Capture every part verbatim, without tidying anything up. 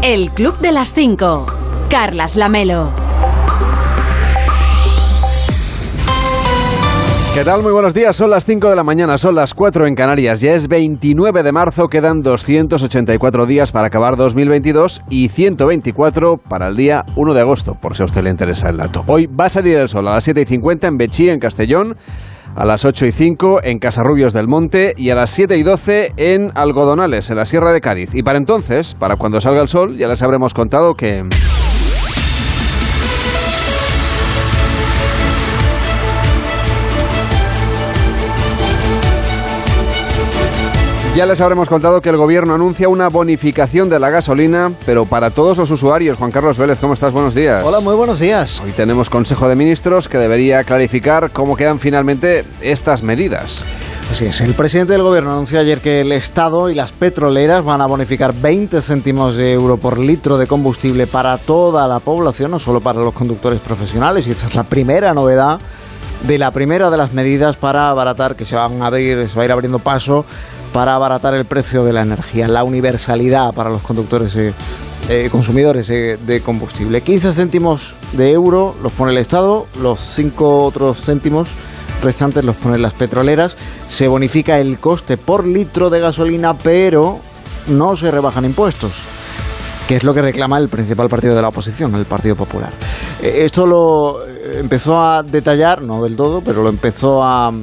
El Club de las Cinco. Carlas Lamelo. ¿Qué tal? Muy buenos días. Son las cinco de la mañana, son las cuatro en Canarias. Ya es veintinueve de marzo, quedan doscientos ochenta y cuatro días para acabar dos mil veintidós y ciento veinticuatro para el día uno de agosto, por si a usted le interesa el dato. Hoy va a salir el sol a las siete y cincuenta en Betxí, en Castellón, a las ocho y cinco en Casarrubios del Monte y a las siete y doce en Algodonales, en la Sierra de Cádiz. Y para entonces, para cuando salga el sol, ya les habremos contado que... Ya les habremos contado que el Gobierno anuncia una bonificación de la gasolina, pero para todos los usuarios. Juan Carlos Vélez, ¿cómo estás? Buenos días. Hola, muy buenos días. Hoy tenemos Consejo de Ministros que debería clarificar cómo quedan finalmente estas medidas. Así es, el presidente del Gobierno anunció ayer que el Estado y las petroleras van a bonificar veinte céntimos de euro por litro de combustible para toda la población, no solo para los conductores profesionales, y esta es la primera novedad de la primera de las medidas para abaratar, que se van a abrir, se va a ir abriendo paso para abaratar el precio de la energía, la universalidad para los conductores, eh, eh, consumidores eh, de combustible. quince céntimos de euro los pone el Estado, los cinco otros céntimos restantes los ponen las petroleras. Se bonifica el coste por litro de gasolina, pero no se rebajan impuestos, que es lo que reclama el principal partido de la oposición, el Partido Popular. Eh, esto lo empezó a detallar, no del todo, pero lo empezó a...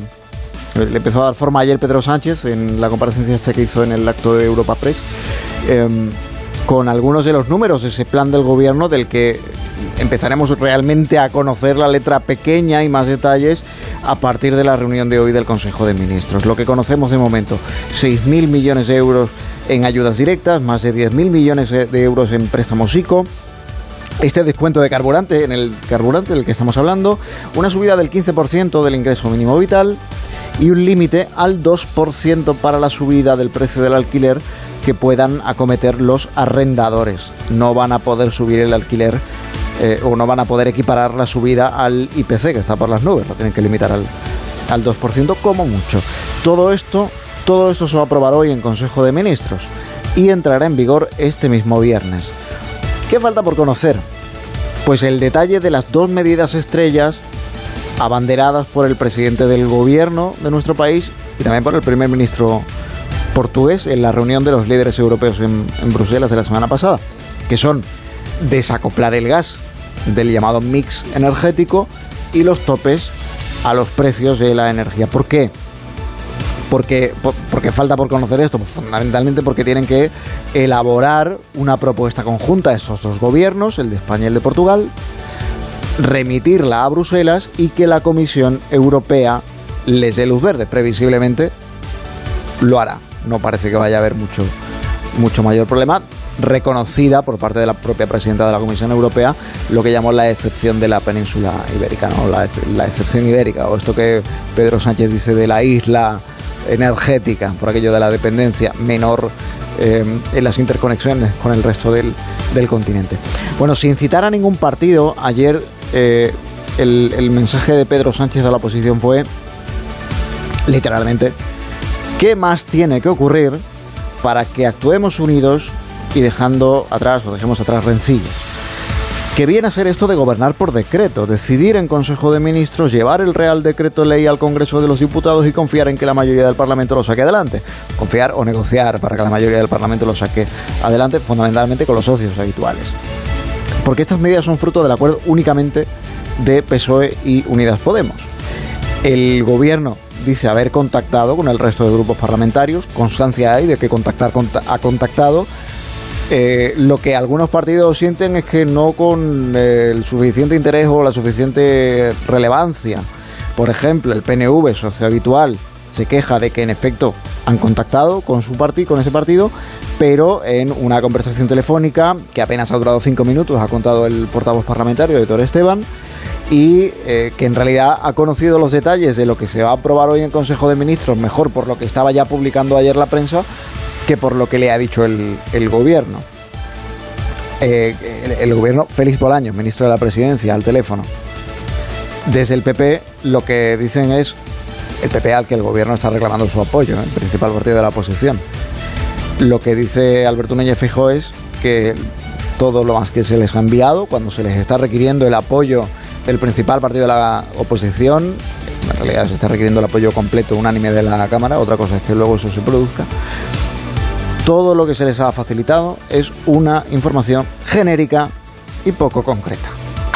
Le empezó a dar forma ayer Pedro Sánchez en la comparecencia esta que hizo en el acto de Europa Press, eh, con algunos de los números de ese plan del Gobierno, del que empezaremos realmente a conocer la letra pequeña y más detalles a partir de la reunión de hoy del Consejo de Ministros. Lo que conocemos de momento: seis mil millones de euros en ayudas directas, más de diez mil millones de euros en préstamos ICO, este descuento de carburante, en el carburante del que estamos hablando, una subida del quince por ciento del ingreso mínimo vital y un límite al dos por ciento para la subida del precio del alquiler que puedan acometer los arrendadores. No van a poder subir el alquiler eh, o no van a poder equiparar la subida al I P C, que está por las nubes, lo tienen que limitar al, al dos por ciento como mucho. Todo esto, todo esto se va a aprobar hoy en Consejo de Ministros y entrará en vigor este mismo viernes. ¿Qué falta por conocer? Pues el detalle de las dos medidas estrellas abanderadas por el presidente del Gobierno de nuestro país y también por el primer ministro portugués en la reunión de los líderes europeos en, en Bruselas de la semana pasada, que son desacoplar el gas del llamado mix energético y los topes a los precios de la energía. ¿Por qué? Porque, por, porque falta por conocer esto, pues fundamentalmente porque tienen que elaborar una propuesta conjunta a esos dos gobiernos, el de España y el de Portugal, remitirla a Bruselas y que la Comisión Europea les dé luz verde. Previsiblemente lo hará. No parece que vaya a haber mucho, mucho mayor problema. Reconocida por parte de la propia presidenta de la Comisión Europea lo que llamó la excepción de la península ibérica, ¿no? La, la excepción ibérica, o esto que Pedro Sánchez dice de la isla energética, por aquello de la dependencia menor eh, en las interconexiones con el resto del, del continente. Bueno, sin citar a ningún partido, ayer eh, el, el mensaje de Pedro Sánchez a la oposición fue, literalmente, ¿qué más tiene que ocurrir para que actuemos unidos y dejando atrás o dejemos atrás rencillas? Que viene a ser esto de gobernar por decreto, decidir en Consejo de Ministros, llevar el Real Decreto Ley al Congreso de los Diputados y confiar en que la mayoría del Parlamento lo saque adelante. Confiar o negociar para que la mayoría del Parlamento lo saque adelante, fundamentalmente con los socios habituales. Porque estas medidas son fruto del acuerdo únicamente de P S O E y Unidas Podemos. El Gobierno dice haber contactado con el resto de grupos parlamentarios, constancia hay de que contactar ha contactado. Eh, lo que algunos partidos sienten es que no con eh, el suficiente interés o la suficiente relevancia. Por ejemplo, el P N V, socio habitual, se queja de que en efecto han contactado con su partido, con ese partido, pero en una conversación telefónica que apenas ha durado cinco minutos, ha contado el portavoz parlamentario, Aitor Esteban, y eh, que en realidad ha conocido los detalles de lo que se va a aprobar hoy en Consejo de Ministros, mejor por lo que estaba ya publicando ayer la prensa, que por lo que le ha dicho el, el Gobierno. Eh, el, el Gobierno, Félix Bolaños, ministro de la Presidencia, al teléfono. Desde el P P lo que dicen es, el P P al que el Gobierno está reclamando su apoyo, ¿eh? El principal partido de la oposición. Lo que dice Alberto Núñez Feijóo es que todo lo más que se les ha enviado, cuando se les está requiriendo el apoyo del principal partido de la oposición. En realidad se está requiriendo el apoyo completo, unánime de la Cámara. Otra cosa es que luego eso se produzca. Todo lo que se les ha facilitado es una información genérica y poco concreta.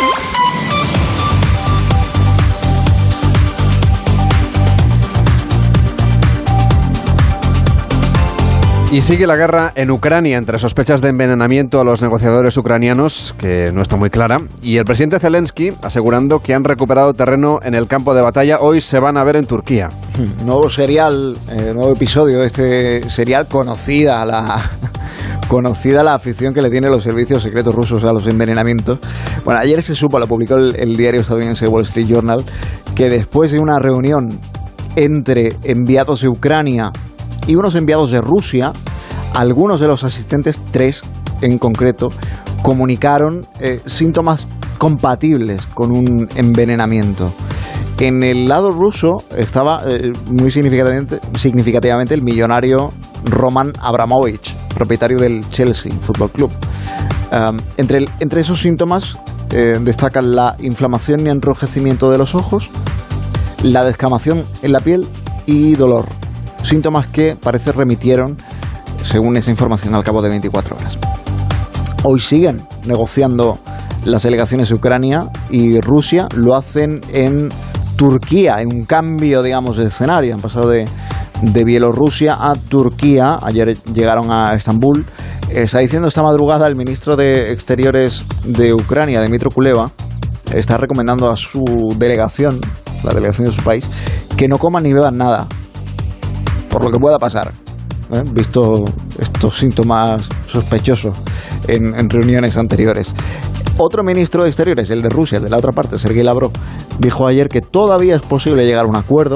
Y sigue la guerra en Ucrania entre sospechas de envenenamiento a los negociadores ucranianos, que no está muy clara, y el presidente Zelensky asegurando que han recuperado terreno en el campo de batalla. Hoy se van a ver en Turquía. Nuevo serial, eh, nuevo episodio de este serial. Conocida la, conocida la afición que le tienen los servicios secretos rusos a los envenenamientos. Bueno, ayer se supo, lo publicó el, el diario estadounidense Wall Street Journal, que después de una reunión entre enviados de Ucrania y unos enviados de Rusia, algunos de los asistentes, tres en concreto, comunicaron eh, síntomas compatibles con un envenenamiento. En el lado ruso estaba eh, muy significativamente, significativamente el millonario Roman Abramovich, propietario del Chelsea Football Club. Um, entre, el, entre esos síntomas eh, destacan la inflamación y enrojecimiento de los ojos, la descamación en la piel y dolor. Síntomas que parece remitieron, según esa información, al cabo de veinticuatro horas. Hoy siguen negociando las delegaciones de Ucrania y Rusia. Lo hacen en Turquía, en un cambio, digamos, de escenario. Han pasado de, de Bielorrusia a Turquía. Ayer llegaron a Estambul. Está diciendo esta madrugada el ministro de Exteriores de Ucrania, Dmytro Kuleba, está recomendando a su delegación, la delegación de su país, que no coman ni beban nada, por lo que pueda pasar, ¿eh? Visto estos síntomas sospechosos en, en reuniones anteriores. Otro ministro de Exteriores, el de Rusia, de la otra parte, Sergei Lavrov, dijo ayer que todavía es posible llegar a un acuerdo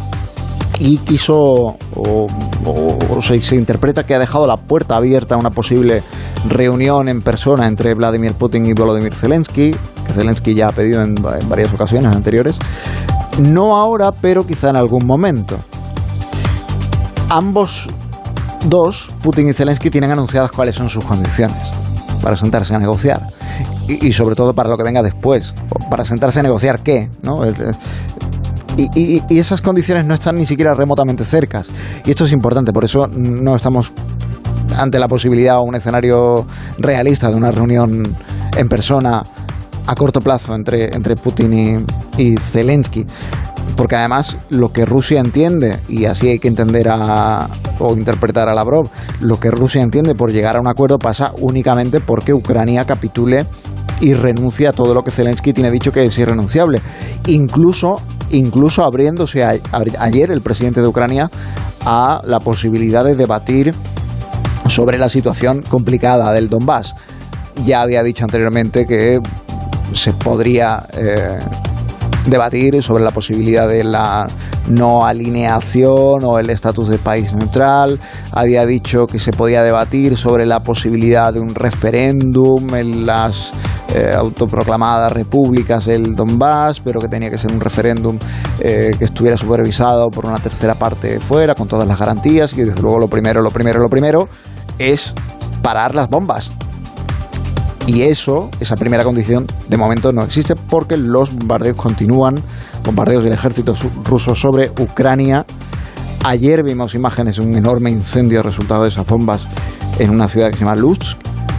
y quiso, o, o, o se, se interpreta que ha dejado la puerta abierta a una posible reunión en persona entre Vladimir Putin y Volodymyr Zelensky, que Zelensky ya ha pedido en, en varias ocasiones anteriores. No ahora, pero quizá en algún momento. Ambos dos, Putin y Zelensky, tienen anunciadas cuáles son sus condiciones para sentarse a negociar. Y, y sobre todo para lo que venga después. Para sentarse a negociar qué, ¿no? Y, y, y esas condiciones no están ni siquiera remotamente cercas. Y esto es importante, por eso no estamos ante la posibilidad o un escenario realista de una reunión en persona a corto plazo entre, entre Putin y, y Zelensky. Porque además lo que Rusia entiende, y así hay que entender a, o interpretar a Lavrov, lo que Rusia entiende por llegar a un acuerdo pasa únicamente porque Ucrania capitule y renuncie a todo lo que Zelensky tiene dicho que es irrenunciable. Incluso, incluso abriéndose a, a, ayer el presidente de Ucrania a la posibilidad de debatir sobre la situación complicada del Donbass. Ya había dicho anteriormente que se podría Eh, debatir sobre la posibilidad de la no alineación o el estatus de país neutral. Había dicho que se podía debatir sobre la posibilidad de un referéndum en las eh, autoproclamadas repúblicas del Donbass, pero que tenía que ser un referéndum eh, que estuviera supervisado por una tercera parte fuera, con todas las garantías. Y desde luego lo primero, lo primero, lo primero es parar las bombas. Y eso, esa primera condición, de momento no existe porque los bombardeos continúan, bombardeos del ejército ruso sobre Ucrania. Ayer vimos imágenes de un enorme incendio resultado de esas bombas en una ciudad que se llama Lutsk,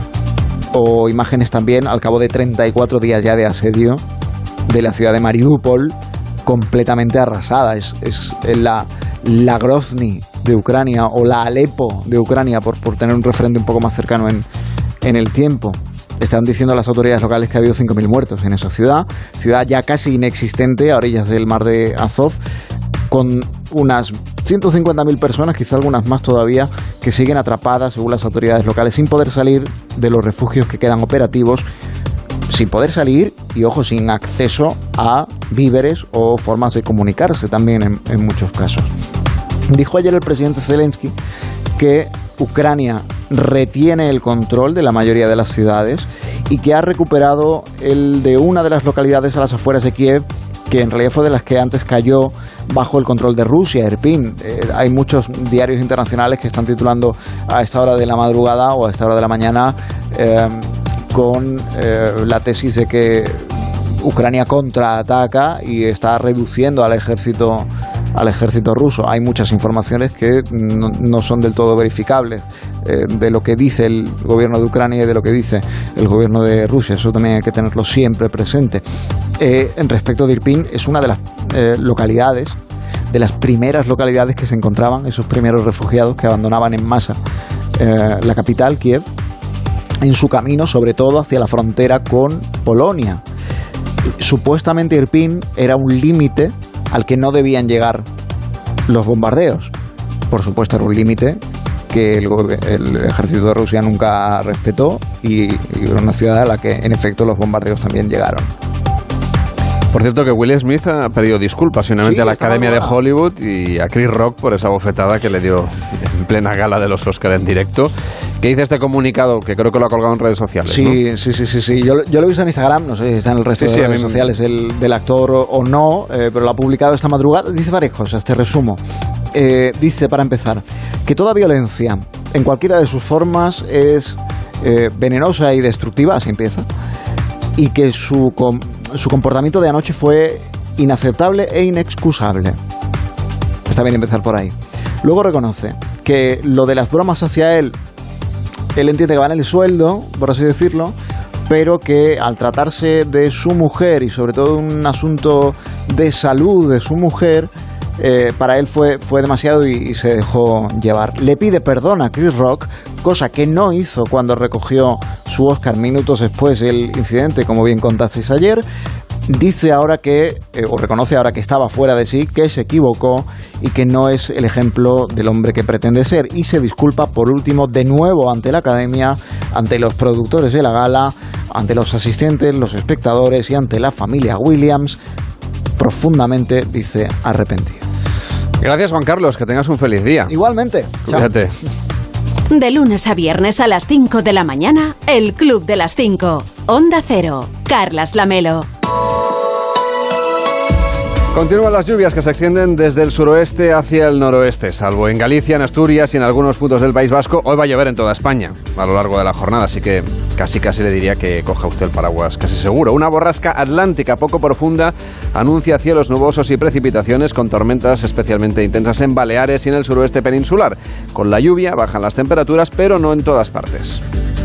o imágenes también al cabo de treinta y cuatro días ya de asedio de la ciudad de Mariupol, completamente arrasada. Es, es la, la Grozny de Ucrania, o la Alepo de Ucrania, por, por tener un referente un poco más cercano en, en el tiempo. Están diciendo las autoridades locales que ha habido cinco mil muertos en esa ciudad, ciudad ya casi inexistente a orillas del mar de Azov, con unas ciento cincuenta mil personas, quizá algunas más todavía, que siguen atrapadas, según las autoridades locales, sin poder salir de los refugios que quedan operativos, sin poder salir y, ojo, sin acceso a víveres o formas de comunicarse también en, en muchos casos. Dijo ayer el presidente Zelensky que Ucrania retiene el control de la mayoría de las ciudades y que ha recuperado el de una de las localidades a las afueras de Kiev, que en realidad fue de las que antes cayó bajo el control de Rusia, Irpin. Eh, hay muchos diarios internacionales que están titulando a esta hora de la madrugada o a esta hora de la mañana eh, con eh, la tesis de que Ucrania contraataca y está reduciendo al ejército al ejército ruso. Hay muchas informaciones que no, no son del todo verificables eh, de lo que dice el gobierno de Ucrania y de lo que dice el gobierno de Rusia. Eso también hay que tenerlo siempre presente. Eh, en respecto de Irpin, es una de las eh, localidades, de las primeras localidades que se encontraban esos primeros refugiados que abandonaban en masa eh, la capital, Kiev, en su camino, sobre todo hacia la frontera con Polonia. Supuestamente Irpin era un límite al que no debían llegar los bombardeos. Por supuesto, era un límite que el, el ejército de Rusia nunca respetó y, y era una ciudad a la que, en efecto, los bombardeos también llegaron. Por cierto, que Will Smith ha pedido disculpas finalmente Sí, a la estaba Academia de buena. Hollywood y a Chris Rock por esa bofetada que le dio en plena gala de los Oscar en directo. ¿Qué dice este comunicado? Que creo que lo ha colgado en redes sociales, Sí, ¿no? sí, sí, sí, sí. Yo, yo lo he visto en Instagram, no sé si está en el resto Sí, de sí, a redes mí me- sociales el, del actor o, o no, eh, pero lo ha publicado esta madrugada. Dice varias cosas, te resumo. Eh, dice, para empezar, que toda violencia, en cualquiera de sus formas, es eh, venenosa y destructiva, así empieza, y que su, com- su comportamiento de anoche fue inaceptable e inexcusable. Está bien empezar por ahí. Luego reconoce que lo de las bromas hacia él, él entiende que van en el sueldo, por así decirlo, pero que al tratarse de su mujer y sobre todo un asunto de salud de su mujer, eh, para él fue, fue demasiado y, y se dejó llevar. Le pide perdón a Chris Rock, cosa que no hizo cuando recogió su Oscar minutos después del incidente, como bien contasteis ayer. Dice ahora que, eh, o reconoce ahora que estaba fuera de sí, que se equivocó y que no es el ejemplo del hombre que pretende ser. Y se disculpa por último de nuevo ante la Academia, ante los productores de la gala, ante los asistentes, los espectadores y ante la familia Williams. Profundamente, dice, arrepentido. Gracias, Juan Carlos, que tengas un feliz día. Igualmente. Chao. Cuídate. De lunes a viernes a las cinco de la mañana, el Club de las cinco. Onda Cero. Carlas Lamelo. Continúan las lluvias que se extienden desde el suroeste hacia el noroeste, salvo en Galicia, en Asturias y en algunos puntos del País Vasco. Hoy va a llover en toda España a lo largo de la jornada, así que casi casi le diría que coja usted el paraguas, casi seguro. Una borrasca atlántica poco profunda anuncia cielos nubosos y precipitaciones con tormentas especialmente intensas en Baleares y en el suroeste peninsular. Con la lluvia bajan las temperaturas, pero no en todas partes.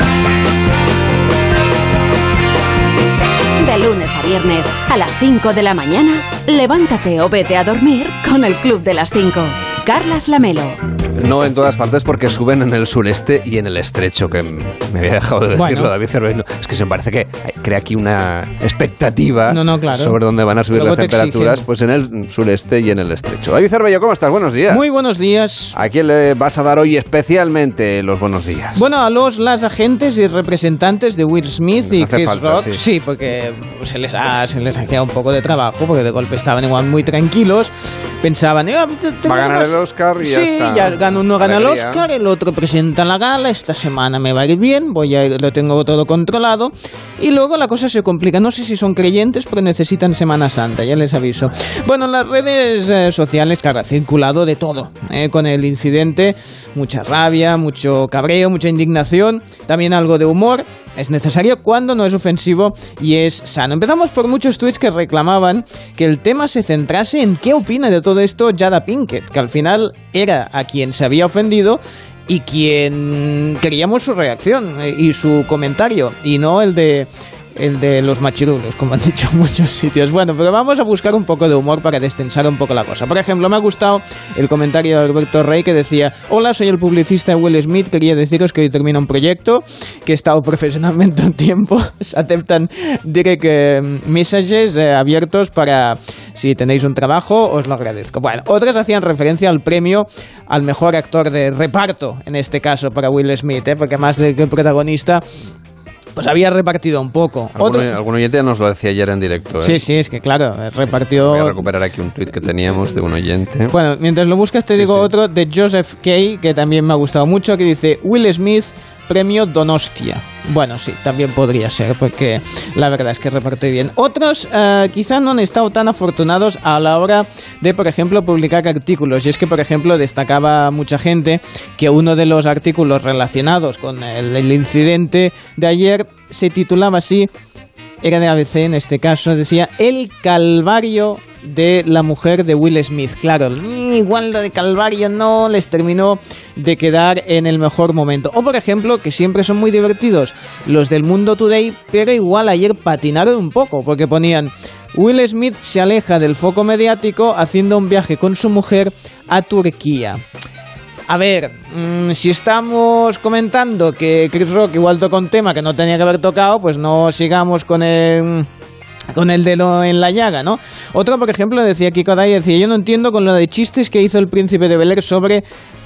De lunes a viernes a las cinco de la mañana, levántate o vete a dormir con el Club de las cinco. Carlas Lamelo. No en todas partes porque suben en el sureste y en el estrecho, que me había dejado de decirlo, Bueno. David Cervelló. Es que se me parece que crea aquí una expectativa No, no, claro. sobre dónde van a subir Luego las te temperaturas, exigen. pues en el sureste y en el estrecho. David Cervelló, ¿cómo estás? Buenos días. Muy buenos días. ¿A quién le vas a dar hoy especialmente los buenos días? Bueno, a los las agentes y representantes de Will Smith Les y hace Chris falta, Rock, sí. porque se les ha se les ha quedado un poco de trabajo, porque de golpe estaban igual muy tranquilos, pensaban, "Eh, te- Va a ganar tendremos-". el Oscar y ya sí, está. ya gana uno gana el Alegría. Oscar, el otro presenta la gala, esta semana me va a ir bien, voy a ir- lo tengo todo controlado, y luego la cosa se complica. No sé si son creyentes, pero necesitan Semana Santa, ya les aviso. Bueno, en las redes eh, sociales, claro, ha circulado de todo, eh, con el incidente, mucha rabia, mucho cabreo, mucha indignación, también algo de humor. Es necesario cuando no es ofensivo y es sano. Empezamos por muchos tweets que reclamaban que el tema se centrase en qué opina de todo esto Jada Pinkett, que al final era a quien se había ofendido y quien queríamos su reacción eh, y su comentario, y no el de el de los machirulos, como han dicho en muchos sitios. Bueno, pero vamos a buscar un poco de humor para destensar un poco la cosa. Por ejemplo, me ha gustado el comentario de Alberto Rey, que decía: hola, soy el publicista de Will Smith, quería deciros que hoy termina un proyecto que he estado profesionalmente un tiempo. Se aceptan direct eh, messages eh, abiertos para si tenéis un trabajo, os lo agradezco. Bueno, otras hacían referencia al premio al mejor actor de reparto, en este caso para Will Smith, ¿eh? Porque más de que el protagonista, pues había repartido un poco. Algún, Otro- algún oyente ya nos lo decía ayer en directo. ¿eh? Sí, sí, es que claro, repartió... Voy a recuperar aquí un tuit que teníamos de un oyente. Bueno, mientras lo buscas te Sí, digo sí. otro de Joseph Kay, que también me ha gustado mucho, que dice: Will Smith premio Donostia. Bueno, sí, también podría ser, porque la verdad es que reparte bien. Otros uh, quizá no han estado tan afortunados a la hora de, por ejemplo, publicar artículos. Y es que, por ejemplo, destacaba mucha gente que uno de los artículos relacionados con el, el incidente de ayer se titulaba así, era de A B C en este caso, decía El calvario de la mujer de Will Smith. Claro, igual lo de calvario no les terminó de quedar en el mejor momento. O por ejemplo, que siempre son muy divertidos los del Mundo Today, pero igual ayer patinaron un poco, porque ponían Will Smith se aleja del foco mediático haciendo un viaje con su mujer a Turquía. A ver, mmm, si estamos comentando que Chris Rock igual tocó un tema que no tenía que haber tocado, pues no sigamos con el, con el dedo en la llaga, ¿no? Otro, por ejemplo, decía Kiko Day, decía, yo no entiendo con lo de chistes que hizo el príncipe de Bel-Air sobre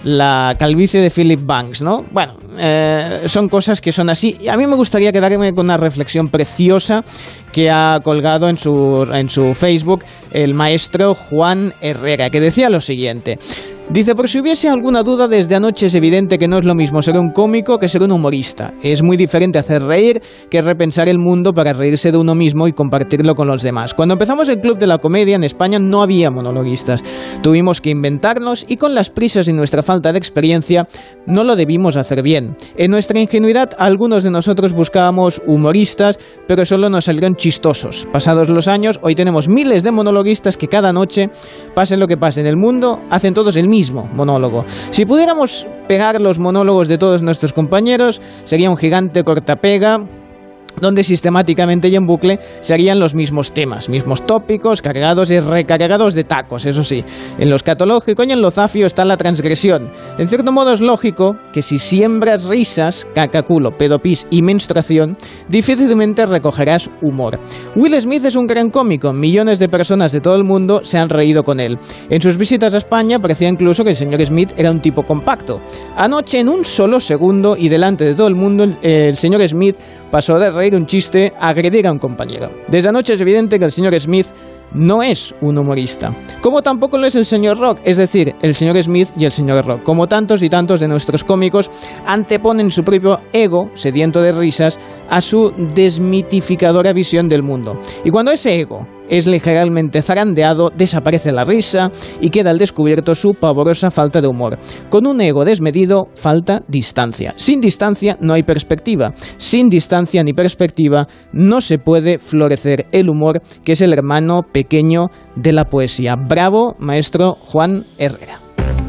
la calvicie de Philip Banks, ¿no? Bueno, eh, son cosas que son así. Y a mí me gustaría quedarme con una reflexión preciosa que ha colgado en su, en su Facebook el maestro Juan Herrera, que decía lo siguiente. Dice, por si hubiese alguna duda, desde anoche es evidente que no es lo mismo ser un cómico que ser un humorista. Es muy diferente hacer reír que repensar el mundo para reírse de uno mismo y compartirlo con los demás. Cuando empezamos el Club de la Comedia en España no había monologuistas. Tuvimos que inventarnos y con las prisas y nuestra falta de experiencia no lo debimos hacer bien. En nuestra ingenuidad algunos de nosotros buscábamos humoristas, pero solo nos salieron chistosos. Pasados los años, hoy tenemos miles de monologuistas que cada noche, pase lo que pase en el mundo, hacen todos el mismo monólogo. Si pudiéramos pegar los monólogos de todos nuestros compañeros, sería un gigante cortapega donde sistemáticamente y en bucle se harían los mismos temas, mismos tópicos, cargados y recargados de tacos, eso sí. En lo escatológico y en lo zafio está la transgresión. En cierto modo es lógico que si siembras risas, caca, culo, pedo, pis y menstruación, difícilmente recogerás humor. Will Smith es un gran cómico, millones de personas de todo el mundo se han reído con él. En sus visitas a España parecía incluso que el señor Smith era un tipo compacto. Anoche, en un solo segundo y delante de todo el mundo, el señor Smith pasó de reír un chiste a agredir a un compañero. Desde anoche es evidente que el señor Smith no es un humorista, como tampoco lo es el señor Rock, es decir, el señor Smith y el señor Rock. Como tantos y tantos de nuestros cómicos, anteponen su propio ego, sediento de risas, a su desmitificadora visión del mundo. Y cuando ese ego es ligeramente zarandeado, desaparece la risa y queda al descubierto su pavorosa falta de humor. Con un ego desmedido, falta distancia. Sin distancia no hay perspectiva. Sin distancia ni perspectiva no se puede florecer el humor, que es el hermano pequeño de la poesía. Bravo, maestro Juan Herrera.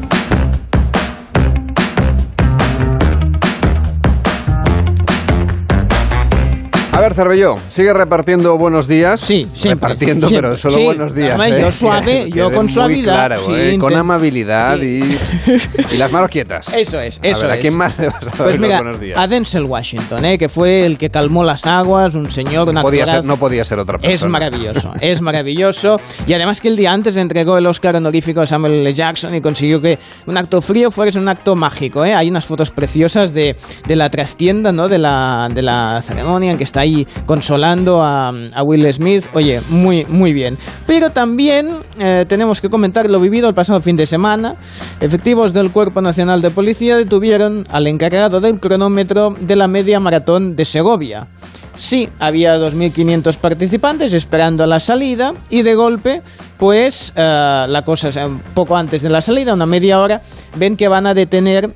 A ver, Cervelló, ¿sigue repartiendo buenos días? Sí, siempre. Repartiendo, siempre. pero solo Sí, buenos días. además, ¿eh? yo suave, yo con suavidad. Claro, sí, ¿eh? Con intent- amabilidad sí. y, y las manos quietas. Eso es, A eso ver, ¿a es. quién más le vas a dar Pues los mira, buenos días? a Denzel Washington, ¿eh? Que fue el que calmó las aguas, un señor, un Podía actorazo. ser, no podía ser otra persona. Es maravilloso, es maravilloso. Y además que el día antes entregó el Oscar honorífico a Samuel L. Jackson y consiguió que un acto frío fuese un acto mágico, ¿eh? Hay unas fotos preciosas de, de la trastienda, ¿no? De la, de la ceremonia en que está ahí consolando a, a Will Smith. Oye, muy, muy bien. Pero también eh, tenemos que comentar lo vivido el pasado fin de semana. Efectivos del Cuerpo Nacional de Policía detuvieron al encargado del cronómetro de la media maratón de Segovia. Sí, había dos mil quinientos participantes esperando a la salida y de golpe, pues uh, la cosa es un poco antes de la salida, una media hora, ven que van a detener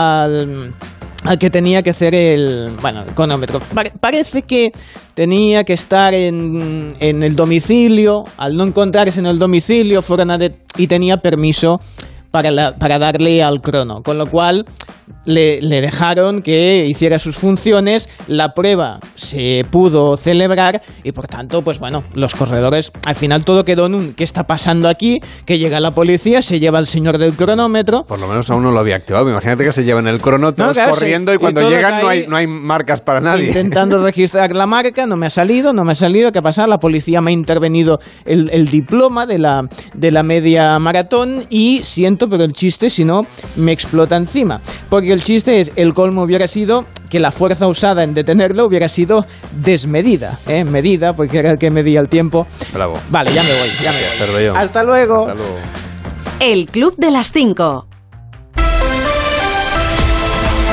al... al que tenía que hacer el, bueno, el cronómetro. Pare- parece que tenía que estar en, en el domicilio, al no encontrarse en el domicilio fueron a de- y tenía permiso para, la, para darle al crono, con lo cual le, le dejaron que hiciera sus funciones, la prueba se pudo celebrar y por tanto, pues bueno, los corredores, al final todo quedó en un ¿qué está pasando aquí? Que llega la policía, se lleva al señor del cronómetro. Por lo menos aún no lo había activado. Imagínate que se llevan el crono todos No, claro, corriendo sí. y cuando Y todos llegan no ahí hay, no hay marcas para nadie. Intentando registrar la marca, no me ha salido, no me ha salido. ¿Qué pasa? La policía me ha intervenido el, el diploma de la, de la media maratón y siento, pero el chiste, si no, me explota encima. Porque el chiste es, el colmo hubiera sido que la fuerza usada en detenerlo hubiera sido desmedida, ¿eh? Medida, porque era el que medía el tiempo. Bravo. Vale, ya me voy, ya me Hasta voy. luego. Hasta luego. Hasta luego. El Club de las cinco.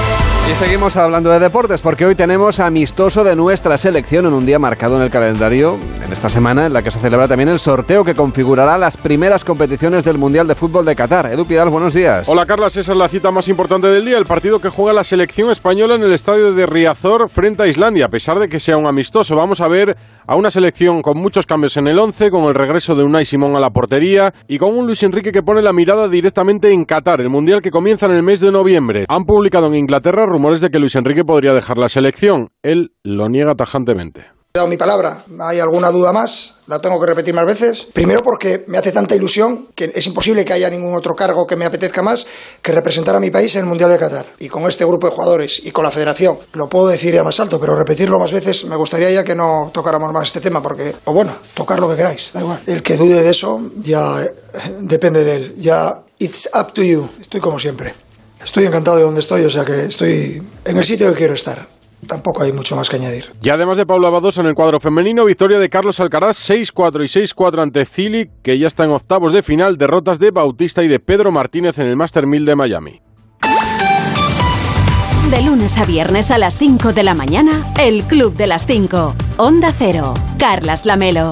Y seguimos hablando de deportes porque hoy tenemos amistoso de nuestra selección en un día marcado en el calendario, en esta semana en la que se celebra también el sorteo que configurará las primeras competiciones del Mundial de Fútbol de Qatar. Edu Pidal, buenos días. Hola Carlas, esa es la cita más importante del día, el partido que juega la selección española en el estadio de Riazor frente a Islandia, a pesar de que sea un amistoso. Vamos a ver a una selección con muchos cambios en el once, con el regreso de Unai Simón a la portería y con un Luis Enrique que pone la mirada directamente en Qatar, el Mundial que comienza en el mes de noviembre. Han publicado en Inglaterra rumores de que Luis Enrique podría dejar la selección. Él lo niega tajantemente. He dado mi palabra. ¿Hay alguna duda más? La tengo que repetir más veces. Primero porque me hace tanta ilusión que es imposible que haya ningún otro cargo que me apetezca más que representar a mi país en el Mundial de Qatar. Y con este grupo de jugadores y con la federación, lo puedo decir ya más alto, pero repetirlo más veces me gustaría ya que no tocáramos más este tema, porque, o bueno, tocar lo que queráis, da igual. El que dude de eso ya eh, depende de él. Ya, it's up to you. Estoy como siempre. Estoy encantado de donde estoy, o sea que estoy en el sitio que quiero estar. Tampoco hay mucho más que añadir. Y además de Paula Badosa en el cuadro femenino, victoria de Carlos Alcaraz seis cuatro y seis cuatro ante Cilic, que ya está en octavos de final, derrotas de Bautista y de Pedro Martínez en el Master mil de Miami. De lunes a viernes a las cinco de la mañana, el Club de las cinco. Onda Cero. Carlas Lamelo.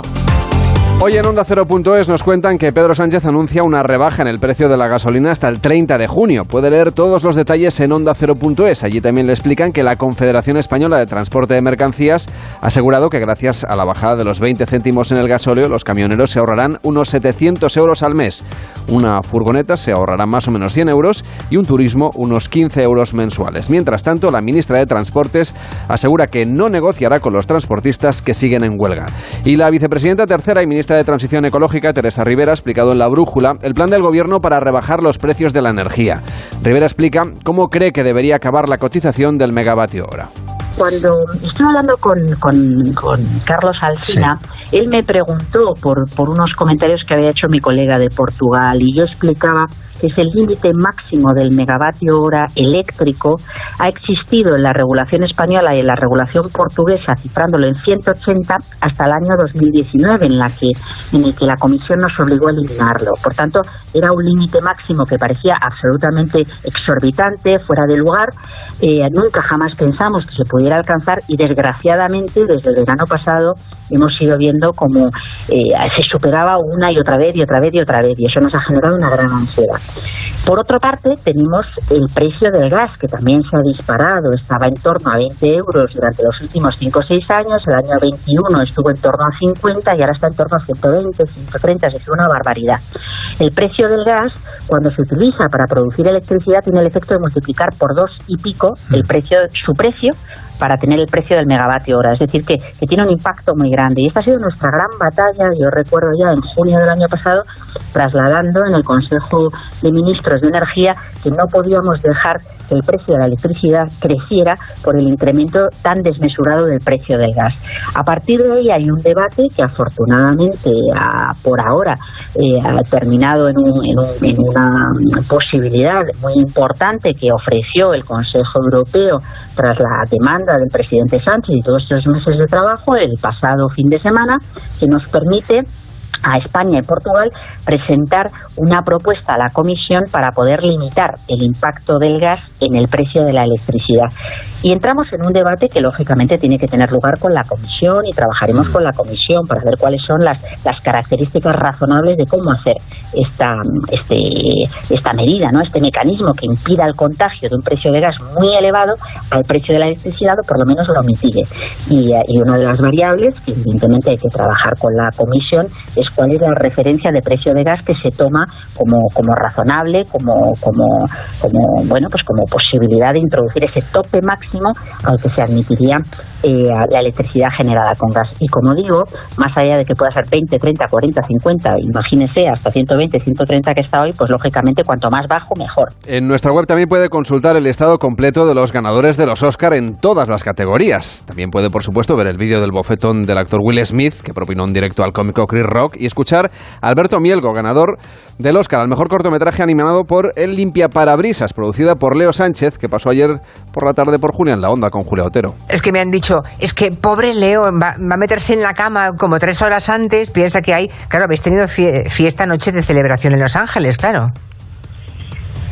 Hoy en Onda Cero punto es nos cuentan que Pedro Sánchez anuncia una rebaja en el precio de la gasolina hasta el treinta de junio. Puede leer todos los detalles en Onda Cero punto es. Allí también le explican que la Confederación Española de Transporte de Mercancías ha asegurado que gracias a la bajada de los veinte céntimos en el gasóleo, los camioneros se ahorrarán unos setecientos euros al mes. Una furgoneta se ahorrará más o menos cien euros y un turismo unos quince euros mensuales. Mientras tanto, la ministra de Transportes asegura que no negociará con los transportistas que siguen en huelga. Y la vicepresidenta tercera y ministra de Transición Ecológica, Teresa Rivera, ha explicado en La Brújula el plan del gobierno para rebajar los precios de la energía. Rivera explica cómo cree que debería acabar la cotización del megavatio hora. Cuando estuve hablando con, con, con Carlos Alsina, sí, él me preguntó por, por unos comentarios que había hecho mi colega de Portugal y yo explicaba que es el límite máximo del megavatio hora eléctrico ha existido en la regulación española y en la regulación portuguesa, cifrándolo en ciento ochenta hasta el año dos mil diecinueve, en la que en el que la Comisión nos obligó a eliminarlo. Por tanto, era un límite máximo que parecía absolutamente exorbitante, fuera de lugar. Eh, nunca jamás pensamos que se pudiera alcanzar y desgraciadamente desde el verano pasado hemos ido viendo como eh, se superaba una y otra vez y otra vez y otra vez, y eso nos ha generado una gran ansiedad. Por otra parte, tenemos el precio del gas, que también se ha disparado. Estaba en torno a veinte euros durante los últimos cinco o seis años. El año veintiuno estuvo en torno a cincuenta y ahora está en torno a ciento veinte, ciento treinta. Es una barbaridad. El precio del gas, cuando se utiliza para producir electricidad, tiene el efecto de multiplicar por dos y pico el precio, su precio, para tener el precio del megavatio hora. Es decir, que, que tiene un impacto muy grande. Y esta ha sido nuestra gran batalla. Yo recuerdo ya en junio del año pasado, trasladando en el Consejo de Ministros de Energía que no podíamos dejar que el precio de la electricidad creciera por el incremento tan desmesurado del precio del gas. A partir de ahí hay un debate que afortunadamente a, por ahora eh, ha terminado en, un, en, un, en una posibilidad muy importante que ofreció el Consejo Europeo tras la demanda del presidente Sánchez y todos estos meses de trabajo el pasado fin de semana, que nos permite a España y Portugal presentar una propuesta a la Comisión para poder limitar el impacto del gas en el precio de la electricidad. Y entramos en un debate que lógicamente tiene que tener lugar con la Comisión y trabajaremos con la Comisión para ver cuáles son las, las características razonables de cómo hacer esta, este, esta medida, ¿no? Este mecanismo que impida el contagio de un precio de gas muy elevado al precio de la electricidad, o por lo menos lo mitigue. Y, y una de las variables que evidentemente hay que trabajar con la Comisión es cuál es la referencia de precio de gas que se toma como, como razonable, como, como, como, bueno, pues como posibilidad de introducir ese tope máximo al que se admitiría eh, la electricidad generada con gas. Y como digo, más allá de que pueda ser veinte, treinta, cuarenta, cincuenta, imagínese hasta ciento veinte, ciento treinta que está hoy, pues lógicamente cuanto más bajo, mejor. En nuestra web también puede consultar el listado completo de los ganadores de los Oscar en todas las categorías. También puede, por supuesto, ver el vídeo del bofetón del actor Will Smith, que propinó un directo al cómico Chris Rock, y escuchar a Alberto Mielgo, ganador del Oscar al mejor cortometraje animado por El limpiaparabrisas, producida por Leo Sánchez, que pasó ayer por la tarde por Julia en la Onda con Julia Otero. Es que me han dicho, es que pobre Leo va, va a meterse en la cama como tres horas antes, piensa que hay, claro, habéis tenido fie, fiesta noche de celebración en Los Ángeles, claro.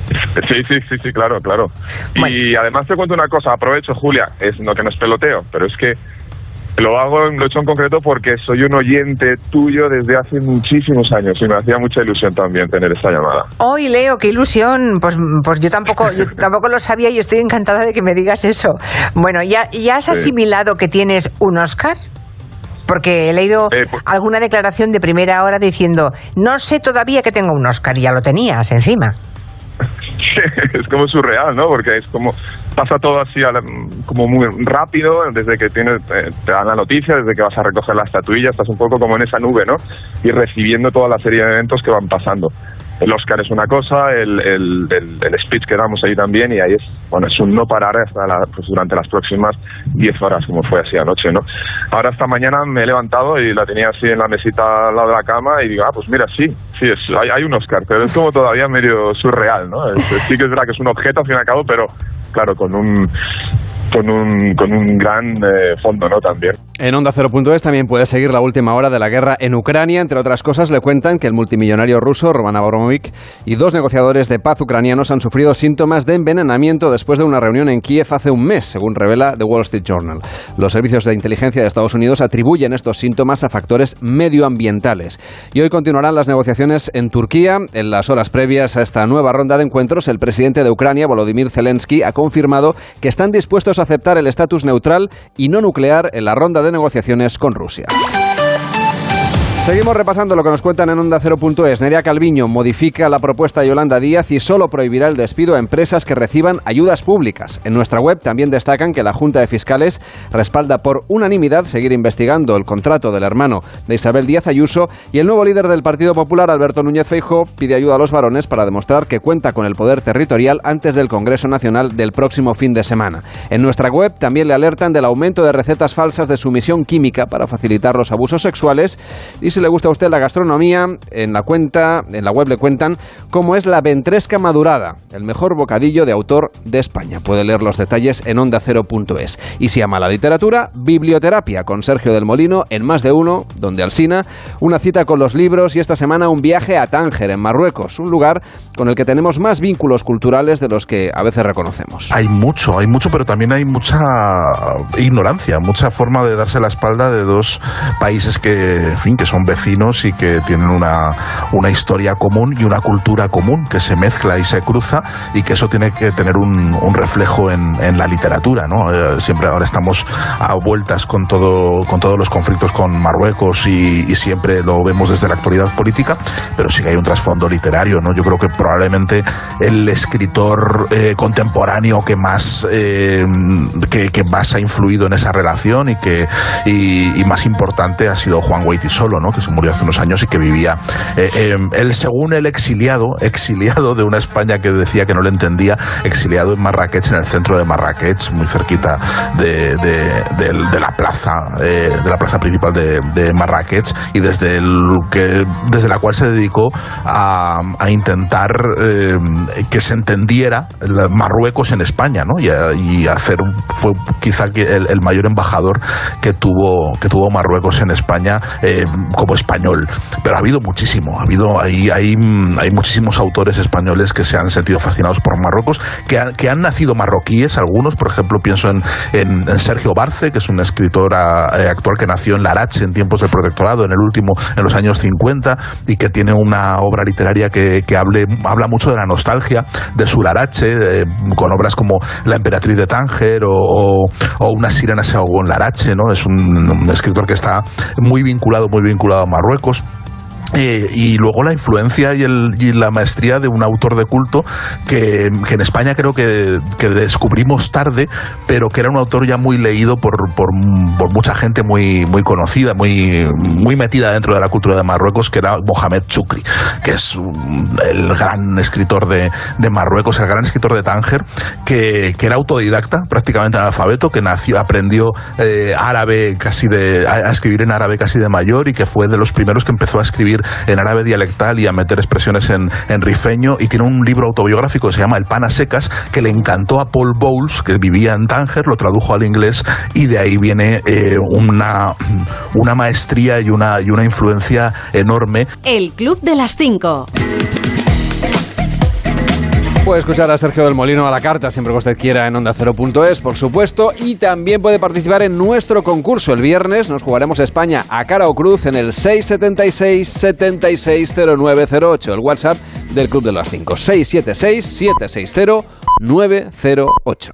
Sí, sí, sí, sí, claro, claro. Bueno. Y además te cuento una cosa, aprovecho, Julia, es lo que no es peloteo, pero es que lo hago, lo he hecho en concreto porque soy un oyente tuyo desde hace muchísimos años y me hacía mucha ilusión también tener esta llamada. Hoy, Leo, qué ilusión. Pues, pues yo tampoco, yo tampoco lo sabía y estoy encantada de que me digas eso. Bueno, ¿ya, ya has asimilado que tienes un Oscar? Porque he leído eh, pues, alguna declaración de primera hora diciendo, no sé todavía que tengo un Oscar, y ya lo tenías encima. Es como surreal, ¿no? Porque es como pasa todo así como muy rápido desde que tienes eh, te dan la noticia, desde que vas a recoger la estatuilla, estás un poco como en esa nube, ¿no? Y recibiendo toda la serie de eventos que van pasando. El Oscar es una cosa, el, el, el, el speech que damos ahí también, y ahí es, bueno, es un no parar hasta la, pues durante las próximas diez horas, como fue así anoche, ¿no? Ahora esta mañana me he levantado y la tenía así en la mesita al lado de la cama y digo, ah, pues mira, sí, sí, es, hay, hay un Oscar, pero es como todavía medio surreal, ¿no? Es, sí que es verdad que es un objeto al fin y al cabo, pero claro, con un... con un, con un gran eh, fondo, ¿no? También. En Onda Cero punto es también puede seguir la última hora de la guerra en Ucrania. Entre otras cosas, le cuentan que el multimillonario ruso Roman Abramovich y dos negociadores de paz ucranianos han sufrido síntomas de envenenamiento después de una reunión en Kiev hace un mes, según revela The Wall Street Journal. Los servicios de inteligencia de Estados Unidos atribuyen estos síntomas a factores medioambientales. Y hoy continuarán las negociaciones en Turquía. En las horas previas a esta nueva ronda de encuentros, el presidente de Ucrania, Volodymyr Zelensky, ha confirmado que están dispuestos a aceptar el estatus neutral y no nuclear en la ronda de negociaciones con Rusia. Seguimos repasando lo que nos cuentan en Onda Cero punto es. Nerea Calviño modifica la propuesta de Yolanda Díaz y solo prohibirá el despido a empresas que reciban ayudas públicas. En nuestra web también destacan que la Junta de Fiscales respalda por unanimidad seguir investigando el contrato del hermano de Isabel Díaz Ayuso, y el nuevo líder del Partido Popular, Alberto Núñez Feijóo, pide ayuda a los varones para demostrar que cuenta con el poder territorial antes del Congreso Nacional del próximo fin de semana. En nuestra web también le alertan del aumento de recetas falsas de sumisión química para facilitar los abusos sexuales. Y si le gusta a usted la gastronomía, en la cuenta, en la web le cuentan cómo es la ventresca madurada, el mejor bocadillo de autor de España. Puede leer los detalles en onda cero punto es. Y si ama la literatura, biblioterapia con Sergio del Molino en Más de Uno, donde Alsina, una cita con los libros y esta semana un viaje a Tánger, en Marruecos, un lugar con el que tenemos más vínculos culturales de los que a veces reconocemos. Hay mucho, hay mucho, pero también hay mucha ignorancia, mucha forma de darse la espalda de dos países que, en fin, que son vecinos y que tienen una, una historia común y una cultura común que se mezcla y se cruza, y que eso tiene que tener un, un reflejo en, en la literatura, ¿no? Eh, siempre ahora estamos a vueltas con todo con todos los conflictos con Marruecos y, y siempre lo vemos desde la actualidad política, pero sí que hay un trasfondo literario, ¿no? Yo creo que probablemente el escritor eh, contemporáneo que más eh, que, que más ha influido en esa relación y que y, y más importante ha sido Juan Goytisolo, ¿no? Que se murió hace unos años y que vivía eh, eh, él, según el exiliado exiliado de una España que decía que no le entendía, exiliado en Marrakech, en el centro de Marrakech, muy cerquita de, de, de, de la plaza eh, de la plaza principal de, de Marrakech, y desde el que desde la cual se dedicó a, a intentar eh, que se entendiera el Marruecos en España, ¿no? Y, a, y hacer fue quizá el, el mayor embajador que tuvo que tuvo Marruecos en España eh, como español. Pero ha habido muchísimo, ha habido hay, hay, hay muchísimos autores españoles que se han sentido fascinados por Marruecos, que han, que han nacido marroquíes, algunos, por ejemplo, pienso en, en, en Sergio Barce, que es un escritor eh, actual que nació en Larache en tiempos del protectorado, en el último, en los años cincuenta, y que tiene una obra literaria que, que hable, habla mucho de la nostalgia de su Larache, eh, con obras como La emperatriz de Tánger o, o, o Una sirena se ahogó en Larache, ¿no? Es un, un escritor que está muy vinculado, muy vinculado a Marruecos. Eh, y luego la influencia y, el, y la maestría de un autor de culto que, que en España creo que, que descubrimos tarde, pero que era un autor ya muy leído por, por, por mucha gente muy, muy conocida, muy, muy metida dentro de la cultura de Marruecos, que era Mohamed Choukri, que es el gran escritor de, de Marruecos, el gran escritor de Tánger, que, que era autodidacta, prácticamente analfabeto, que nació, aprendió eh, árabe casi de, a, a escribir en árabe casi de mayor, y que fue de los primeros que empezó a escribir en árabe dialectal y a meter expresiones en, en rifeño, y tiene un libro autobiográfico que se llama El pan a secas, que le encantó a Paul Bowles, que vivía en Tánger, lo tradujo al inglés, y de ahí viene eh, una, una maestría y una, y una influencia enorme. El Club de las Cinco. puede escuchar a Sergio del Molino a la carta, siempre que usted quiera, en onda cero punto es, por supuesto. Y también puede participar en nuestro concurso. El viernes nos jugaremos España a cara o cruz en el seis siete seis, siete seis cero nueve cero ocho, el WhatsApp del Club de las cinco. seis siete seis, siete seis cero nueve cero ocho.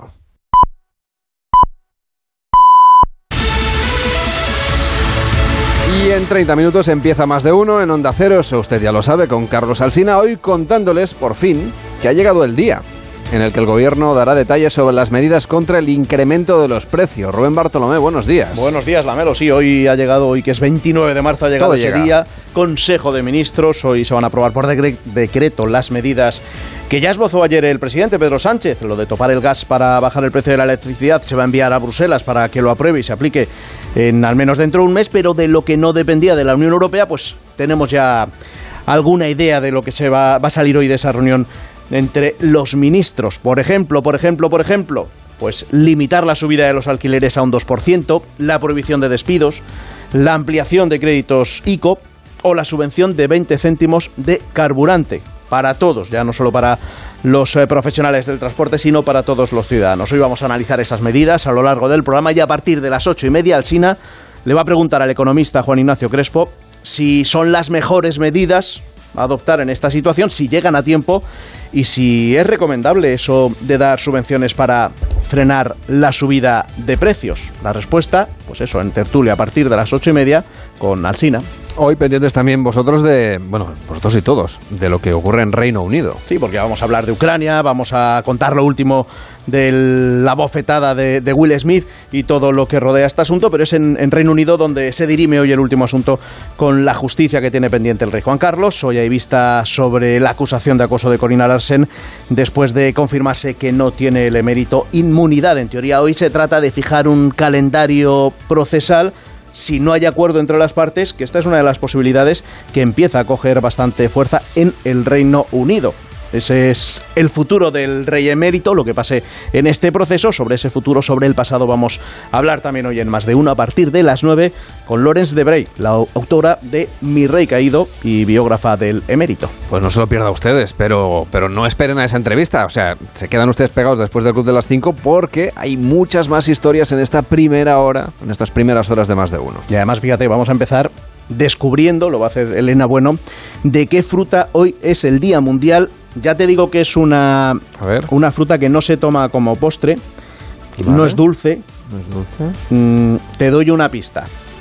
Y en treinta minutos empieza Más de Uno en Onda Cero, eso usted ya lo sabe, con Carlos Alsina, hoy contándoles, por fin, que ha llegado el día en el que el Gobierno dará detalles sobre las medidas contra el incremento de los precios. Rubén Bartolomé, buenos días. Buenos días, Lamelo. Sí, hoy ha llegado, hoy que es veintinueve de marzo, ha llegado Todo ese llega. día. Consejo de Ministros, hoy se van a aprobar por decre- decreto las medidas que ya esbozó ayer el presidente Pedro Sánchez. Lo de topar el gas para bajar el precio de la electricidad se va a enviar a Bruselas para que lo apruebe y se aplique en al menos dentro de un mes, pero de lo que no dependía de la Unión Europea, pues tenemos ya alguna idea de lo que se va, va a salir hoy de esa reunión entre los ministros. Por ejemplo, por ejemplo, por ejemplo, pues limitar la subida de los alquileres a un dos por ciento, la prohibición de despidos, la ampliación de créditos ICO o la subvención de veinte céntimos de carburante para todos, ya no solo para los eh, profesionales del transporte, sino para todos los ciudadanos. Hoy vamos a analizar esas medidas a lo largo del programa y a partir de las ocho y media Alsina le va a preguntar al economista Juan Ignacio Crespo si son las mejores medidas a adoptar en esta situación, si llegan a tiempo y si es recomendable eso de dar subvenciones para frenar la subida de precios. La respuesta, pues eso, en tertulia a partir de las ocho y media con Alsina. Hoy pendientes también vosotros de, bueno, vosotros y todos, de lo que ocurre en Reino Unido. Sí, porque vamos a hablar de Ucrania, vamos a contar lo último de la bofetada de, de Will Smith y todo lo que rodea este asunto, pero es en, en Reino Unido donde se dirime hoy el último asunto con la justicia que tiene pendiente el rey Juan Carlos. Hoy hay vista sobre la acusación de acoso de Corinna Larsen después de confirmarse que no tiene el emérito inmunidad. En teoría hoy se trata de fijar un calendario procesal si no hay acuerdo entre las partes, que esta es una de las posibilidades que empieza a coger bastante fuerza en el Reino Unido. Ese es el futuro del rey emérito, lo que pase en este proceso. Sobre ese futuro, sobre el pasado, vamos a hablar también hoy en Más de Uno a partir de las nueve con Laurence de Bray, la autora de Mi Rey Caído y biógrafa del emérito. Pues no se lo pierda ustedes, pero, pero no esperen a esa entrevista. O sea, se quedan ustedes pegados después del Club de las cinco porque hay muchas más historias en esta primera hora, en estas primeras horas de Más de Uno. Y además, fíjate, vamos a empezar descubriendo, lo va a hacer Elena Bueno, de qué fruta hoy es el Día Mundial. Ya te digo que es una, una fruta que no se toma como postre, vale. No es dulce. ¿No es dulce? Mm, te doy una pista.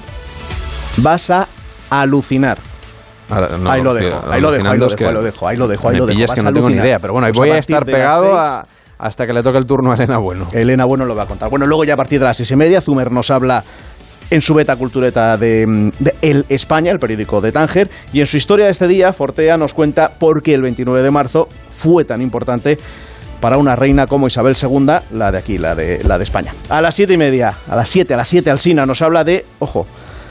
Vas a alucinar. Ahora, no, ahí lo dejo, ahí lo dejo, ahí lo dejo, ahí lo dejo, ahí lo dejo, ahí lo dejo. Es que no tengo ni idea, pero bueno, ahí voy a estar pegado a, hasta que le toque el turno a Elena Bueno. Elena Bueno lo va a contar. Bueno, luego ya a partir de las seis y media, Zumer nos habla en su beta cultureta de, de El España, el periódico de Tánger, y en su historia de este día, Fortea nos cuenta por qué el veintinueve de marzo fue tan importante para una reina como Isabel segunda, la de aquí, la de, la de España. A las siete y media, a las siete, a las siete, Alsina nos habla de, ojo,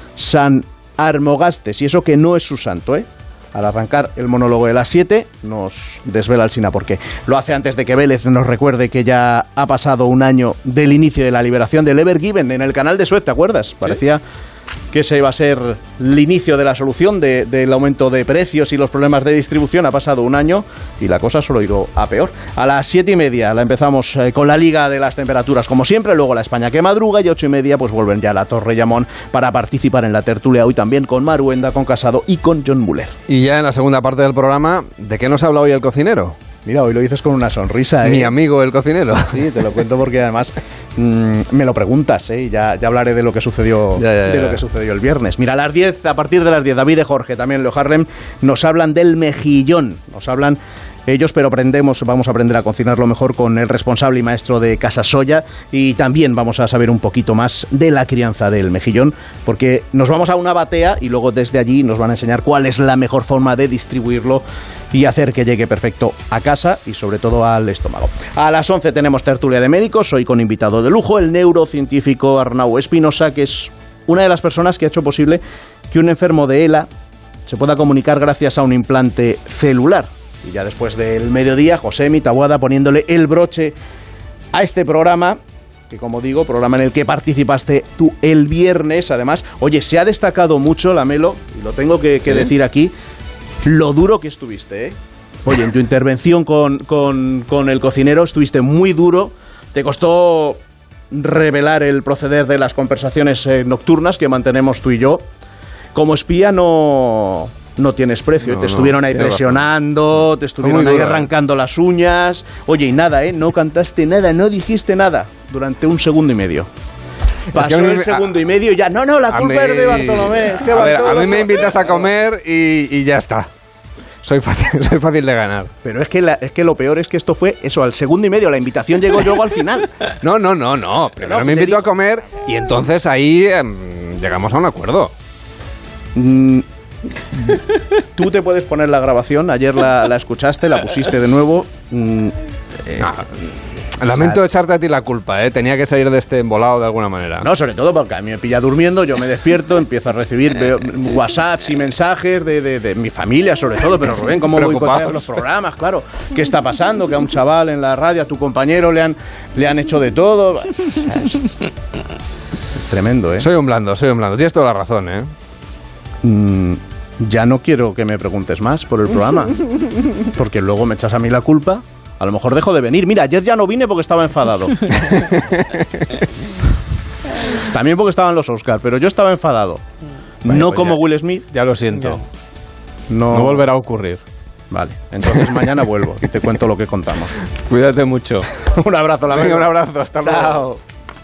San Armogastes, y eso que no es su santo, ¿eh? Al arrancar el monólogo de las siete, nos desvela Alsina porque lo hace antes de que Vélez nos recuerde que ya ha pasado un año del inicio de la liberación del Ever Given en el canal de Suez, ¿te acuerdas? Parecía que ese iba a ser el inicio de la solución de, del aumento de precios y los problemas de distribución. Ha pasado un año y la cosa solo ha ido a peor. A las siete y media la empezamos eh, con la Liga de las Temperaturas, como siempre, luego la España que madruga, y ocho y media pues vuelven ya a la Torre Llamón para participar en la tertulia hoy también con Maruenda, con Casado y con John Muller. Y ya en la segunda parte del programa, ¿de qué nos habla hoy el cocinero? Mira, hoy lo dices con una sonrisa, ¿eh? Mi amigo el cocinero. Sí, te lo cuento porque además mmm, me lo preguntas, ¿eh? Ya, ya hablaré de lo que sucedió ya, ya, ya. de lo que sucedió el viernes. Mira, a las diez, a partir de las diez, David y Jorge, también Leo Harlem, nos hablan del mejillón. Nos hablan ellos, pero aprendemos, vamos a aprender a cocinarlo mejor con el responsable y maestro de Casa Soya, y también vamos a saber un poquito más de la crianza del mejillón, porque nos vamos a una batea y luego desde allí nos van a enseñar cuál es la mejor forma de distribuirlo y hacer que llegue perfecto a casa y sobre todo al estómago. A las once tenemos tertulia de médicos, hoy con invitado de lujo, el neurocientífico Arnau Espinosa, que es una de las personas que ha hecho posible que un enfermo de ELA se pueda comunicar gracias a un implante celular. Y ya después del mediodía, Josemi Taboada poniéndole el broche a este programa, que como digo, programa en el que participaste tú el viernes. Además, oye, se ha destacado mucho, Lamelo, y lo tengo que, que ¿Sí? decir aquí, lo duro que estuviste, ¿eh? Oye, en tu intervención con, con, con el cocinero estuviste muy duro. Te costó revelar el proceder de las conversaciones eh, nocturnas que mantenemos tú y yo. Como espía no... no tienes precio, no, te estuvieron no, ahí presionando, razón. te estuvieron ahí arrancando las uñas. Oye, y nada, ¿eh? No cantaste nada, no dijiste nada durante un segundo y medio. Pasó es que el me, segundo a, y medio y ya, no, no, la culpa mí, es de Bartolomé. A, ver, a mí me invitas a comer y, y ya está. Soy fácil, soy fácil de ganar. Pero es que, la, es que lo peor es que esto fue eso, al segundo y medio. La invitación llegó luego al final. No, no, no, no. Primero no, me invitó a comer y entonces ahí eh, llegamos a un acuerdo. Mm. Tú te puedes poner la grabación. Ayer la, la escuchaste, la pusiste de nuevo. Mm, eh, ah, lamento o sea, echarte a ti la culpa, ¿eh? Tenía que salir de este embolado de alguna manera. No, sobre todo porque a mí me pilla durmiendo. Yo me despierto, empiezo a recibir veo, WhatsApps y mensajes de, de, de mi familia, sobre todo. Pero Rubén, ¿cómo boicotear los programas? Claro, ¿qué está pasando? Que a un chaval en la radio, a tu compañero, le han, le han hecho de todo. Es, es tremendo, ¿eh? Soy un blando, soy un blando. Tienes toda la razón, ¿eh? Mm, ya no quiero que me preguntes más por el programa, porque luego me echas a mí la culpa. A lo mejor dejo de venir. Mira, ayer ya no vine porque estaba enfadado. También porque estaban los Oscars, pero yo estaba enfadado. Vale, no pues como ya, Will Smith. Ya lo siento. Ya. No, no volverá a ocurrir. Vale, entonces mañana vuelvo y te cuento lo que contamos. Cuídate mucho. Un abrazo, la Venga, un abrazo. Hasta Chao. luego.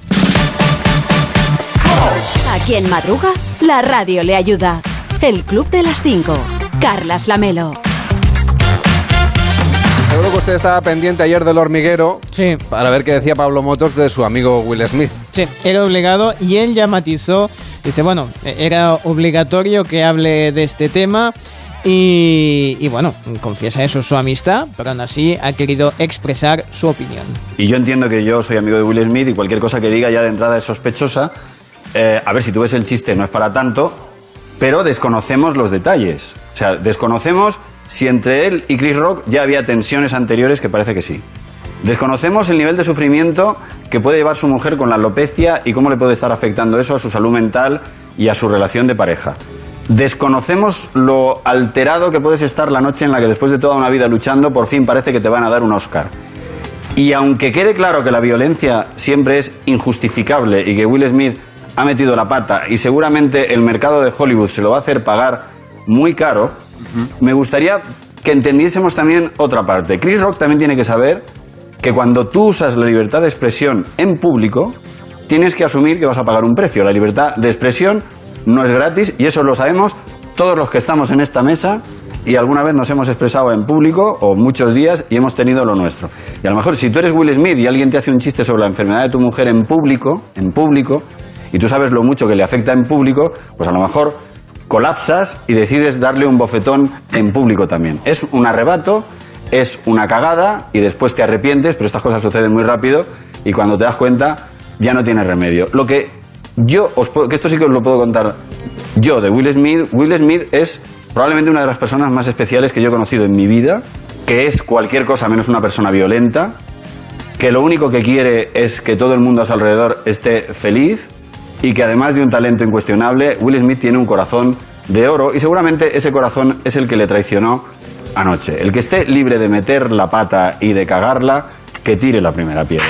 A quien madruga, la radio le ayuda. El Club de las cinco. Carlas Lamelo. Seguro que usted estaba pendiente ayer del hormiguero. Sí. Para ver qué decía Pablo Motos de su amigo Will Smith. Sí, era obligado y él ya matizó. Dice, bueno, era obligatorio que hable de este tema. Y, y bueno, confiesa eso, su amistad, pero aún así ha querido expresar su opinión. Y yo entiendo que yo soy amigo de Will Smith y cualquier cosa que diga ya de entrada es sospechosa. Eh, a ver, si tú ves el chiste no es para tanto, pero desconocemos los detalles. O sea, desconocemos si entre él y Chris Rock ya había tensiones anteriores, que parece que sí. Desconocemos el nivel de sufrimiento que puede llevar su mujer con la alopecia y cómo le puede estar afectando eso a su salud mental y a su relación de pareja. Desconocemos lo alterado que puedes estar la noche en la que después de toda una vida luchando por fin parece que te van a dar un Oscar. Y aunque quede claro que la violencia siempre es injustificable y que Will Smith ha metido la pata y seguramente el mercado de Hollywood se lo va a hacer pagar muy caro, uh-huh. me gustaría que entendiésemos también otra parte. Chris Rock también tiene que saber que cuando tú usas la libertad de expresión en público, tienes que asumir que vas a pagar un precio. La libertad de expresión no es gratis y eso lo sabemos todos los que estamos en esta mesa y alguna vez nos hemos expresado en público o muchos días y hemos tenido lo nuestro. Y a lo mejor si tú eres Will Smith y alguien te hace un chiste sobre la enfermedad de tu mujer en público, en público, y tú sabes lo mucho que le afecta en público, pues a lo mejor colapsas y decides darle un bofetón en público también. Es un arrebato, es una cagada y después te arrepientes, pero estas cosas suceden muy rápido y cuando te das cuenta ya no tienes remedio. Lo que yo os puedo, que esto sí que os lo puedo contar yo de Will Smith, Will Smith es probablemente una de las personas más especiales que yo he conocido en mi vida, que es cualquier cosa menos una persona violenta, que lo único que quiere es que todo el mundo a su alrededor esté feliz y que además de un talento incuestionable, Will Smith tiene un corazón de oro y seguramente ese corazón es el que le traicionó anoche. El que esté libre de meter la pata y de cagarla, que tire la primera piedra.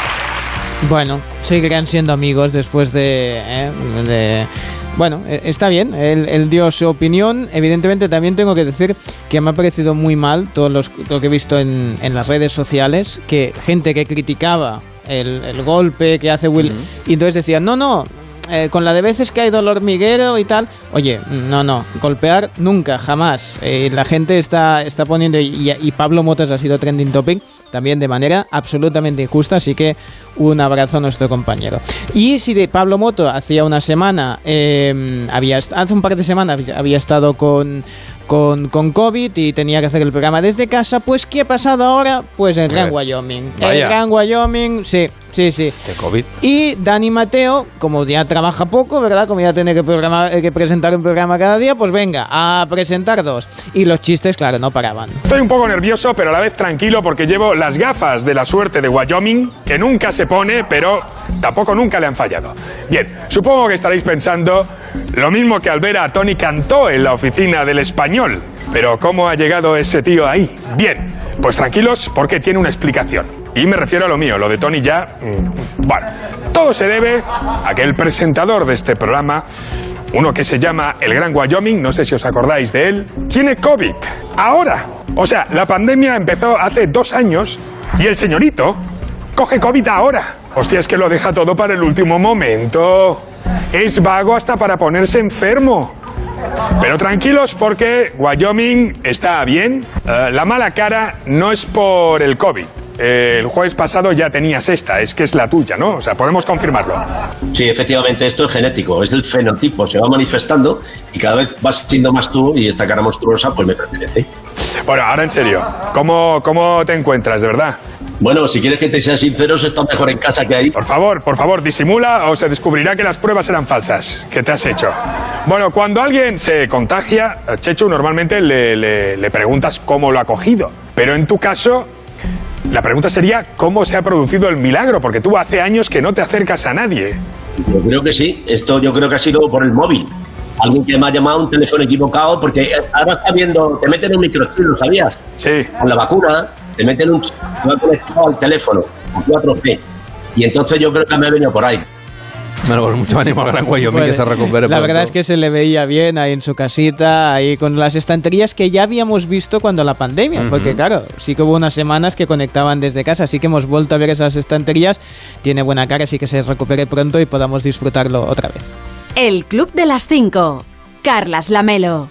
Bueno, seguirán siendo amigos después de... Eh, de... Bueno, está bien, él, él dio su opinión. Evidentemente también tengo que decir que me ha parecido muy mal todo los, lo que he visto en, en las redes sociales, que gente que criticaba el, el golpe que hace Will, uh-huh. y entonces decían, no, no, eh, con la de veces que ha ido al hormiguero y tal, oye, no, no, golpear nunca, jamás. Eh, la gente está, está poniendo, y, y Pablo Motos ha sido trending topic también de manera absolutamente injusta, así que un abrazo a nuestro compañero. Y si de Pablo Moto hacía una semana, eh, había hace un par de semanas había estado con, con, con COVID y tenía que hacer el programa desde casa, pues ¿qué ha pasado ahora? Pues en Gran Wyoming. En Gran Wyoming, sí, sí, sí. Este COVID. Y Dani Mateo, como ya trabaja poco, ¿verdad? Como ya tiene que, programa, que presentar un programa cada día, pues venga, a presentar dos. Y los chistes, claro, no paraban. Estoy un poco nervioso, pero a la vez tranquilo porque llevo las gafas de la suerte de Wyoming, que nunca se pone, pero tampoco nunca le han fallado. Bien, supongo que estaréis pensando lo mismo que al ver a Tony Cantó en la oficina del Español. Pero ¿cómo ha llegado ese tío ahí? Bien, pues tranquilos porque tiene una explicación. Y me refiero a lo mío, lo de Tony ya... Mmm, bueno, todo se debe a que el presentador de este programa, uno que se llama El Gran Wyoming, no sé si os acordáis de él, tiene COVID. Ahora. O sea, la pandemia empezó hace dos años y el señorito coge COVID ahora. Hostia, es que lo deja todo para el último momento. Es vago hasta para ponerse enfermo. Pero tranquilos porque Wyoming está bien. Uh, la mala cara no es por el COVID. Eh, el jueves pasado ya tenías esta, es que es la tuya, ¿no? O sea, podemos confirmarlo. Sí, efectivamente, esto es genético, es el fenotipo, se va manifestando y cada vez vas siendo más tú y esta cara monstruosa pues me pertenece. Bueno, ahora en serio, ¿cómo, cómo te encuentras, de verdad? Bueno, si quieres que te sea sincero, está mejor en casa que ahí. Por favor, por favor, disimula o se descubrirá que las pruebas eran falsas. ¿Qué te has hecho? Bueno, cuando alguien se contagia, Chechu, normalmente le, le, le preguntas cómo lo ha cogido. Pero en tu caso, la pregunta sería cómo se ha producido el milagro, porque tú hace años que no te acercas a nadie. Yo creo que sí, esto yo creo que ha sido por el móvil. Alguien que me ha llamado a un teléfono equivocado, porque ahora está viendo, te meten un microchip, ¿lo sabías? Sí. Con la vacuna, te meten un chip, te va conectado al teléfono, a cuatro G. Y entonces yo creo que me ha venido por ahí. Bueno, pues mucho ánimo al Gran Wyoming, pues, que se recupere. La pronto. verdad es que se le veía bien ahí en su casita, ahí con las estanterías que ya habíamos visto cuando la pandemia, uh-huh. Porque claro, sí que hubo unas semanas que conectaban desde casa, así que hemos vuelto a ver esas estanterías. Tiene buena cara, así que se recupere pronto y podamos disfrutarlo otra vez. El Club de las cinco. Carlas Lamelo.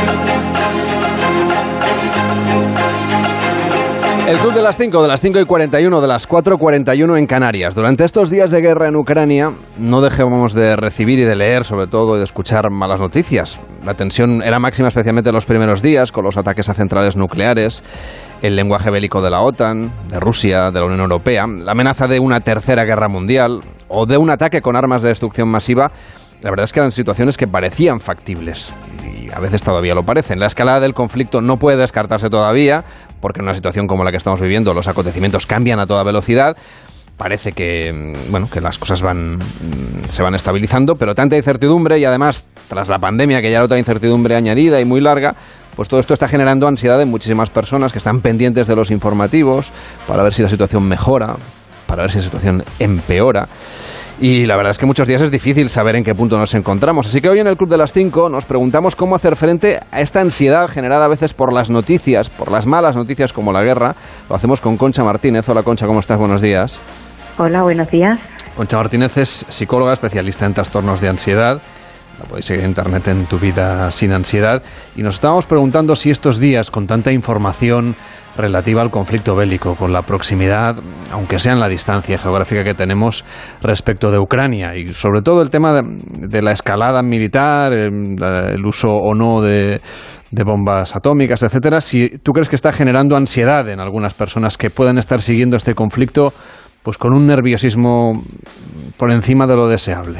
El Club de las cinco, de las cinco y cuarenta y uno, de las cuatro y cuarenta y uno en Canarias. Durante estos días de guerra en Ucrania, no dejemos de recibir y de leer, sobre todo, y de escuchar malas noticias. La tensión era máxima especialmente en los primeros días, con los ataques a centrales nucleares, el lenguaje bélico de la OTAN, de Rusia, de la Unión Europea, la amenaza de una tercera guerra mundial o de un ataque con armas de destrucción masiva. La verdad es que eran situaciones que parecían factibles y a veces todavía lo parecen. La escalada del conflicto no puede descartarse todavía porque en una situación como la que estamos viviendo los acontecimientos cambian a toda velocidad. Parece que, bueno, que las cosas van, se van estabilizando, pero tanta incertidumbre y además tras la pandemia, que ya era otra incertidumbre añadida y muy larga, pues todo esto está generando ansiedad en muchísimas personas que están pendientes de los informativos para ver si la situación mejora, para ver si la situación empeora. Y la verdad es que muchos días es difícil saber en qué punto nos encontramos. Así que hoy en el Club de las cinco nos preguntamos cómo hacer frente a esta ansiedad generada a veces por las noticias, por las malas noticias como la guerra. Lo hacemos con Concha Martínez. Hola Concha, ¿cómo estás? Buenos días. Hola, buenos días. Concha Martínez es psicóloga, especialista en trastornos de ansiedad. La podéis seguir en internet en Tu Vida Sin Ansiedad. Y nos estábamos preguntando si estos días, con tanta información relativa al conflicto bélico, con la proximidad, aunque sea en la distancia geográfica que tenemos respecto de Ucrania, y sobre todo el tema de, de la escalada militar, el, el uso o no de, de bombas atómicas, etcétera, si tú crees que está generando ansiedad en algunas personas que puedan estar siguiendo este conflicto pues con un nerviosismo por encima de lo deseable.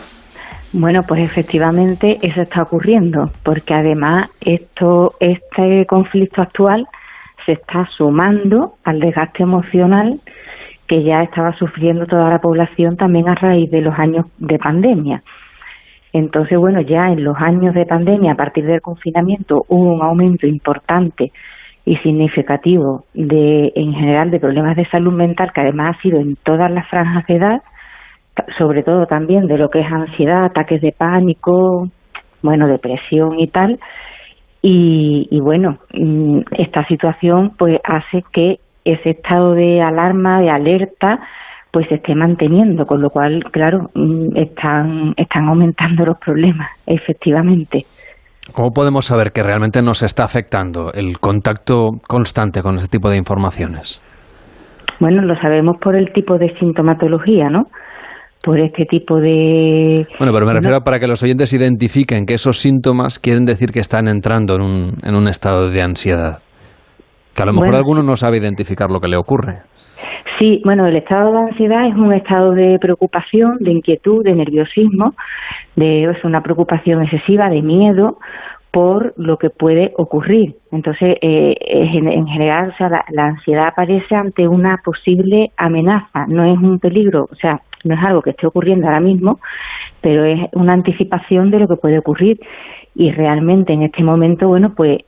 Bueno, pues efectivamente eso está ocurriendo, porque además esto, este conflicto actual se está sumando al desgaste emocional que ya estaba sufriendo toda la población también a raíz de los años de pandemia. Entonces, bueno, ya en los años de pandemia, a partir del confinamiento, hubo un aumento importante y significativo de, en general, de problemas de salud mental, que además ha sido en todas las franjas de edad, sobre todo también de lo que es ansiedad, ataques de pánico, bueno, depresión y tal. Y, y bueno, esta situación pues hace que ese estado de alarma, de alerta, pues se esté manteniendo, con lo cual, claro, están, están aumentando los problemas, efectivamente. ¿Cómo podemos saber que realmente nos está afectando el contacto constante con ese tipo de informaciones? Bueno, lo sabemos por el tipo de sintomatología, ¿no? Por este tipo de... Bueno, pero me refiero a para que los oyentes identifiquen que esos síntomas quieren decir que están entrando en un, en un estado de ansiedad. Que a lo mejor bueno, alguno no sabe identificar lo que le ocurre. Sí, bueno, el estado de ansiedad es un estado de preocupación, de inquietud, de nerviosismo, de es una preocupación excesiva, de miedo por lo que puede ocurrir. Entonces, eh, en general, o sea, la, la ansiedad aparece ante una posible amenaza, no es un peligro, o sea, no es algo que esté ocurriendo ahora mismo, pero es una anticipación de lo que puede ocurrir. Y realmente en este momento, bueno, pues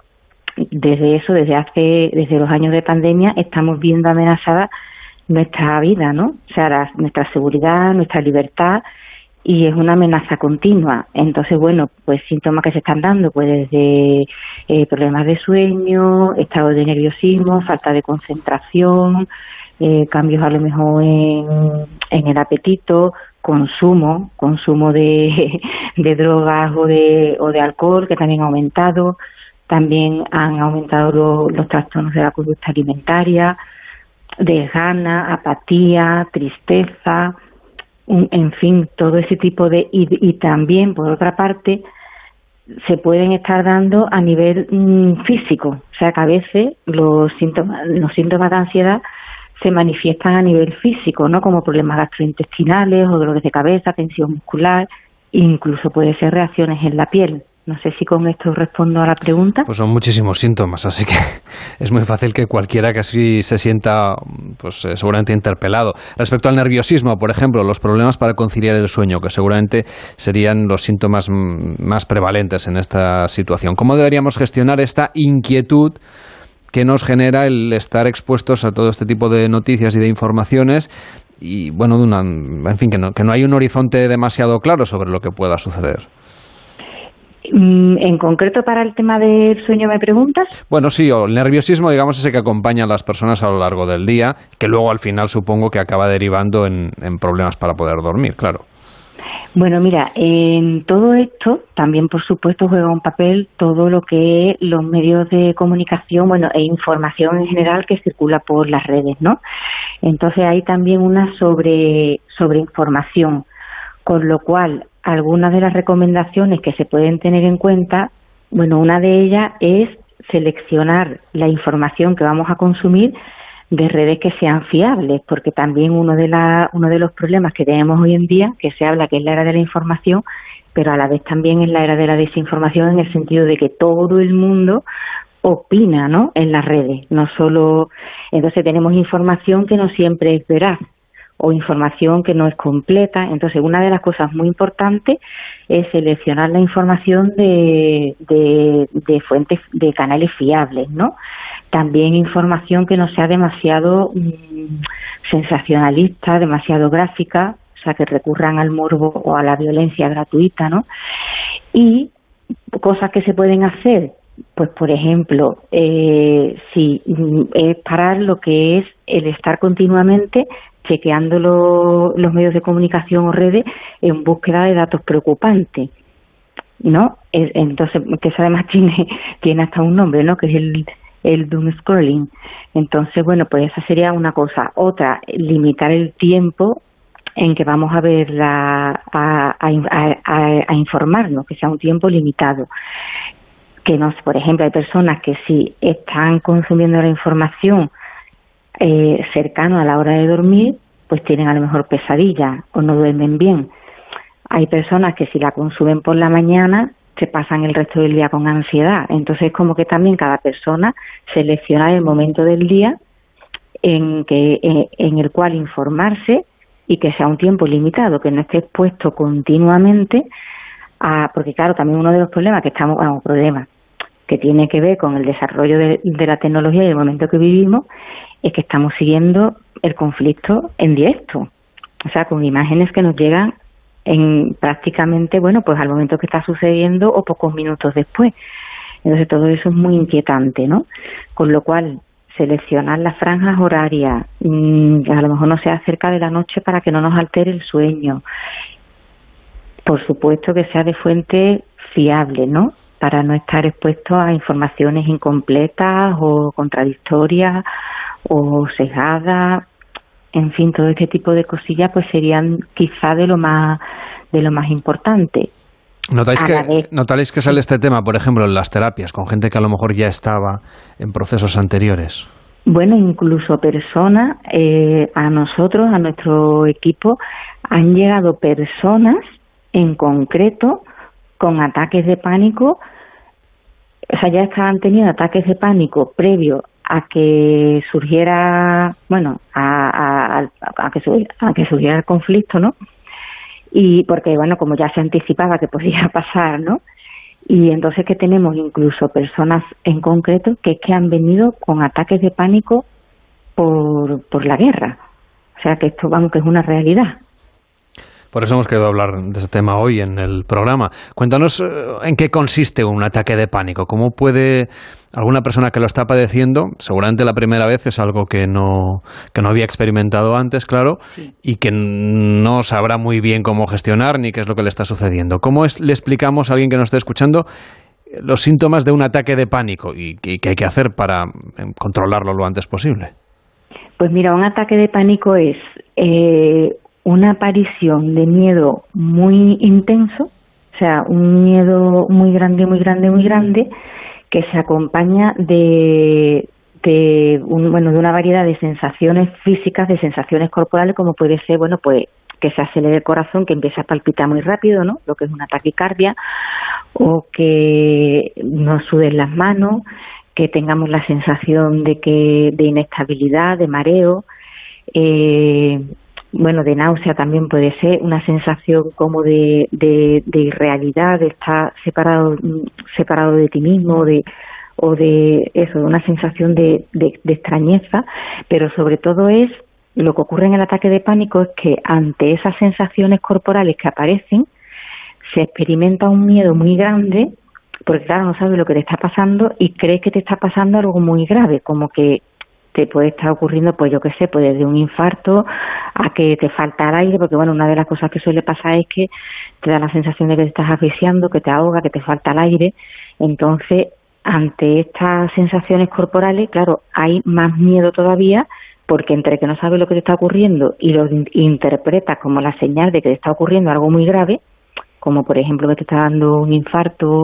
desde eso, desde hace, desde los años de pandemia, estamos viendo amenazada nuestra vida, ¿no? O sea, la, nuestra seguridad, nuestra libertad, y es una amenaza continua. Entonces, bueno, pues síntomas que se están dando, pues desde eh, problemas de sueño, estado de nerviosismo, falta de concentración, eh, cambios a lo mejor en, en el apetito, consumo, consumo de, de drogas o de, o de alcohol, que también ha aumentado. También han aumentado los, los trastornos de la conducta alimentaria, desgana, apatía, tristeza, un, en fin, todo ese tipo de... Y, y también, por otra parte, se pueden estar dando a nivel mmm, físico. O sea, que a veces los síntomas, los síntomas de ansiedad se manifiestan a nivel físico, ¿no? Como problemas gastrointestinales o dolores de cabeza, tensión muscular, incluso puede ser reacciones en la piel. No sé si con esto respondo a la pregunta. Pues son muchísimos síntomas, así que es muy fácil que cualquiera que así se sienta, pues eh, seguramente interpelado. Respecto al nerviosismo, por ejemplo, los problemas para conciliar el sueño, que seguramente serían los síntomas más prevalentes en esta situación. ¿Cómo deberíamos gestionar esta inquietud que nos genera el estar expuestos a todo este tipo de noticias y de informaciones? Y bueno, de una, en fin, que no, que no hay un horizonte demasiado claro sobre lo que pueda suceder. En concreto, para el tema del sueño, ¿me preguntas? Bueno, sí, o el nerviosismo, digamos, ese que acompaña a las personas a lo largo del día, que luego al final supongo que acaba derivando en, en problemas para poder dormir, claro. Bueno, mira, en todo esto también, por supuesto, juega un papel todo lo que es los medios de comunicación, bueno, e información en general que circula por las redes, ¿no? Entonces hay también una sobre sobreinformación, con lo cual algunas de las recomendaciones que se pueden tener en cuenta, bueno, una de ellas es seleccionar la información que vamos a consumir de redes que sean fiables, porque también uno de la, uno de los problemas que tenemos hoy en día, que se habla que es la era de la información, pero a la vez también es la era de la desinformación, en el sentido de que todo el mundo opina, ¿no?, en las redes, no solo... Entonces tenemos información que no siempre es veraz, o información que no es completa. Entonces, una de las cosas muy importantes es seleccionar la información de, de, de fuentes, de canales fiables, ¿no? También información que no sea demasiado mmm, sensacionalista, demasiado gráfica, o sea, que recurran al morbo o a la violencia gratuita, ¿no? Y cosas que se pueden hacer, pues, por ejemplo, eh, si es parar lo que es el estar continuamente chequeando lo, los medios de comunicación o redes en búsqueda de datos preocupantes, ¿no? Entonces, que eso además tiene, tiene hasta un nombre, ¿no?, que es el, el doom scrolling. Entonces, bueno, pues esa sería una cosa. Otra, limitar el tiempo en que vamos a ver la, a, a, a, a informarnos, que sea un tiempo limitado. Que no, por ejemplo, hay personas que si están consumiendo la información Eh, cercano a la hora de dormir, pues tienen a lo mejor pesadillas o no duermen bien. Hay personas que si la consumen por la mañana se pasan el resto del día con ansiedad. Entonces es como que también cada persona selecciona el momento del día en que en, en el cual informarse, y que sea un tiempo limitado, que no esté expuesto continuamente a... Porque claro, también uno de los problemas que estamos... Bueno, un problema que tiene que ver con el desarrollo de, de la tecnología y el momento que vivimos, es que estamos siguiendo el conflicto en directo, o sea, con imágenes que nos llegan en prácticamente, bueno, pues al momento que está sucediendo o pocos minutos después. Entonces todo eso es muy inquietante, ¿no? Con lo cual, seleccionar las franjas horarias, mmm, a lo mejor no sea cerca de la noche para que no nos altere el sueño. Por supuesto que sea de fuente fiable, ¿no?, para no estar expuestos a informaciones incompletas o contradictorias o sesgadas. En fin, todo este tipo de cosillas pues serían quizá de lo más de lo más importante. ¿Notáis que, ¿Notáis que sale este tema, por ejemplo, en las terapias, con gente que a lo mejor ya estaba en procesos anteriores? Bueno, incluso personas, eh, a nosotros, a nuestro equipo, han llegado personas en concreto con ataques de pánico, o sea, ya estaban teniendo ataques de pánico previo a que surgiera, bueno, a, a, a, que, a que surgiera el conflicto, ¿no? Y porque, bueno, como ya se anticipaba que podía pasar, ¿no? Y entonces que tenemos incluso personas en concreto que es que han venido con ataques de pánico por, por la guerra. O sea que esto, vamos, que es una realidad. Por eso hemos querido hablar de este tema hoy en el programa. Cuéntanos en qué consiste un ataque de pánico. ¿Cómo puede alguna persona que lo está padeciendo, seguramente la primera vez es algo que no, que no había experimentado antes, claro, sí, y que no sabrá muy bien cómo gestionar ni qué es lo que le está sucediendo? ¿Cómo es, le explicamos a alguien que nos esté escuchando los síntomas de un ataque de pánico y qué hay que hacer para controlarlo lo antes posible? Pues mira, un ataque de pánico es eh, una aparición de miedo muy intenso, o sea, un miedo muy grande, muy grande, muy grande, que se acompaña de, de, un, bueno, de una variedad de sensaciones físicas, de sensaciones corporales, como puede ser, bueno, pues que se acelere el corazón, que empieza a palpitar muy rápido, ¿no?, lo que es una taquicardia, o que nos suden las manos, que tengamos la sensación de que de inestabilidad, de mareo, eh, bueno, de náusea también puede ser, una sensación como de, de, de irrealidad, de estar separado separado de ti mismo, de o de eso, una sensación de, de, de extrañeza, pero sobre todo es, lo que ocurre en el ataque de pánico es que ante esas sensaciones corporales que aparecen, se experimenta un miedo muy grande, porque claro, no sabes lo que te está pasando y crees que te está pasando algo muy grave, como que te puede estar ocurriendo, pues yo qué sé, pues desde un infarto a que te falta el aire, porque bueno, una de las cosas que suele pasar es que te da la sensación de que te estás asfixiando, que te ahoga, que te falta el aire. Entonces, ante estas sensaciones corporales, claro, hay más miedo todavía, porque entre que no sabes lo que te está ocurriendo y lo interpretas como la señal de que te está ocurriendo algo muy grave, como por ejemplo que te está dando un infarto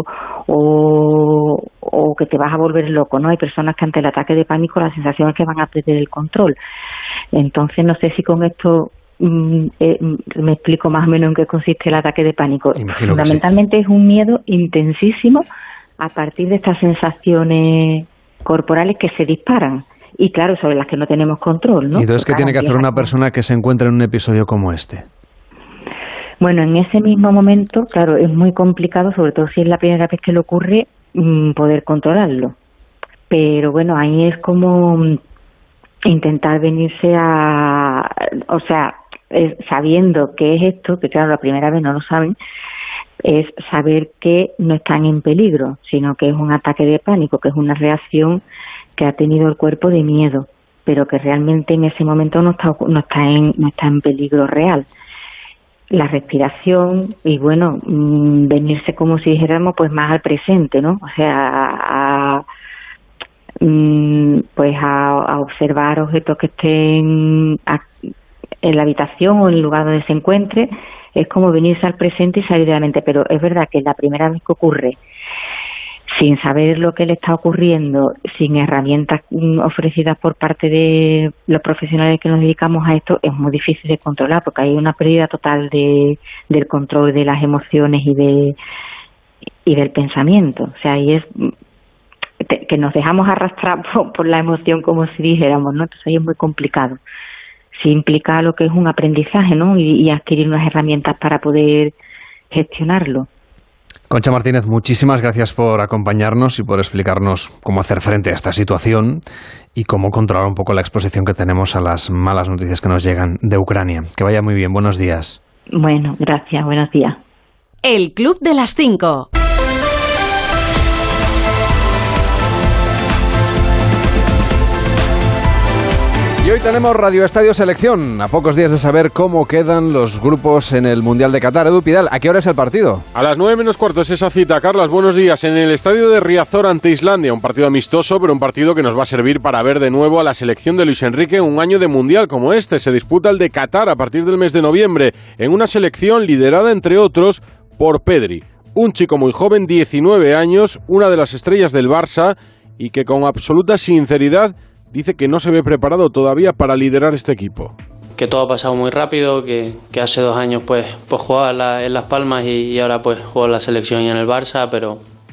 o, o que te vas a volver loco, ¿no? Hay personas que ante el ataque de pánico la sensación es que van a perder el control. Entonces no sé si con esto mm, eh, me explico más o menos en qué consiste el ataque de pánico. Imagino Fundamentalmente sí. Es un miedo intensísimo a partir de estas sensaciones corporales que se disparan y claro, sobre las que no tenemos control, ¿no? ¿Y entonces qué tiene que hacer una persona que se encuentra en un episodio como este? Bueno, en ese mismo momento, claro, es muy complicado, sobre todo si es la primera vez que le ocurre, poder controlarlo. Pero bueno, ahí es como intentar venirse a... O sea, es, sabiendo qué es esto, que claro, la primera vez no lo saben, es saber que no están en peligro, sino que es un ataque de pánico, que es una reacción que ha tenido el cuerpo de miedo, pero que realmente en ese momento no está, no está, en, no está en peligro real. La respiración y bueno, mmm, venirse como si dijéramos pues más al presente, ¿no? O sea, a, a, mmm, pues a, a observar objetos que estén a, en la habitación o en el lugar donde se encuentre, es como venirse al presente y salir de la mente, pero es verdad que la primera vez que ocurre, sin saber lo que le está ocurriendo, sin herramientas ofrecidas por parte de los profesionales que nos dedicamos a esto, es muy difícil de controlar porque hay una pérdida total de, del control de las emociones y de y del pensamiento. O sea, ahí es te, que nos dejamos arrastrar por, por la emoción, como si dijéramos, ¿no? Entonces ahí es muy complicado. Sí implica lo que es un aprendizaje, ¿no? Y, y adquirir unas herramientas para poder gestionarlo. Concha Martínez, muchísimas gracias por acompañarnos y por explicarnos cómo hacer frente a esta situación y cómo controlar un poco la exposición que tenemos a las malas noticias que nos llegan de Ucrania. Que vaya muy bien, buenos días. Bueno, gracias, buenos días. El Club de las Cinco. Y hoy tenemos Radio Estadio Selección, a pocos días de saber cómo quedan los grupos en el Mundial de Qatar. Edu Pidal, ¿a qué hora es el partido? A las nueve menos cuarto es esa cita. Carlas, buenos días. En el estadio de Riazor ante Islandia, un partido amistoso, pero un partido que nos va a servir para ver de nuevo a la selección de Luis Enrique un año de Mundial como este. Se disputa el de Qatar a partir del mes de noviembre, en una selección liderada, entre otros, por Pedri. Un chico muy joven, diecinueve años, una de las estrellas del Barça, y que con absoluta sinceridad dice que no se ve preparado todavía para liderar este equipo. Que todo ha pasado muy rápido, que, que hace dos años pues, pues jugaba en, la, en Las Palmas y, y ahora pues juego en la selección y en el Barça, pero,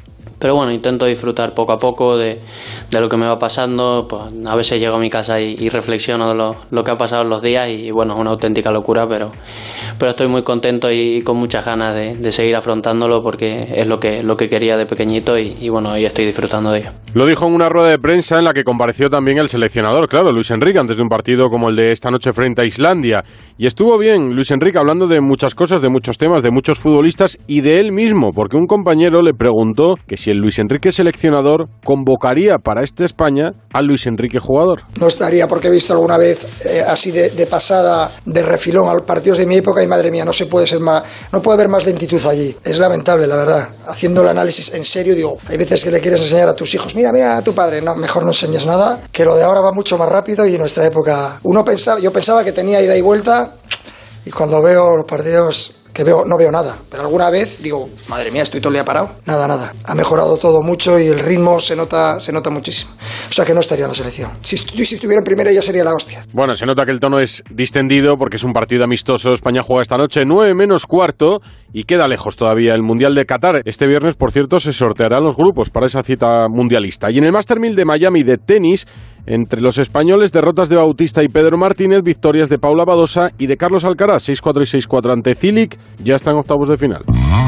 pero bueno, intento disfrutar poco a poco de, de lo que me va pasando. Pues a veces llego a mi casa y, y reflexiono de lo, lo que ha pasado en los días y bueno, es una auténtica locura, pero, pero estoy muy contento y, y con muchas ganas de, de seguir afrontándolo porque es lo que, lo que quería de pequeñito y, y bueno, hoy estoy disfrutando de ello. Lo dijo en una rueda de prensa en la que compareció también el seleccionador, claro, Luis Enrique, antes de un partido como el de esta noche frente a Islandia. Y estuvo bien Luis Enrique hablando de muchas cosas, de muchos temas, de muchos futbolistas y de él mismo, porque un compañero le preguntó que si el Luis Enrique seleccionador convocaría para este España al Luis Enrique jugador. No estaría, porque he visto alguna vez eh, así de, de pasada, de refilón, a partidos de mi época y madre mía, no se puede ser más, no puede haber más lentitud allí. Es lamentable, la verdad. Haciendo el análisis en serio, digo, hay veces que le quieres enseñar a tus hijos, mira, mira a tu padre, no, mejor no enseñes nada, que lo de ahora va mucho más rápido y en nuestra época uno pensaba, yo pensaba que tenía ida y vuelta y cuando veo los partidos que veo, no veo nada, pero alguna vez digo, madre mía, estoy todo el día parado. Nada, nada. Ha mejorado todo mucho y el ritmo se nota, se nota muchísimo. O sea que no estaría en la selección. Si, si estuviera en primera ya sería la hostia. Bueno, se nota que el tono es distendido porque es un partido amistoso. España juega esta noche nueve menos cuarto y queda lejos todavía el Mundial de Qatar. Este viernes, por cierto, se sortearán los grupos para esa cita mundialista. Y en el Master mil de Miami de tenis, entre los españoles, derrotas de Bautista y Pedro Martínez, victorias de Paula Badosa y de Carlos Alcaraz, seis cuatro y seis cuatro ante Cilic, ya están octavos de final.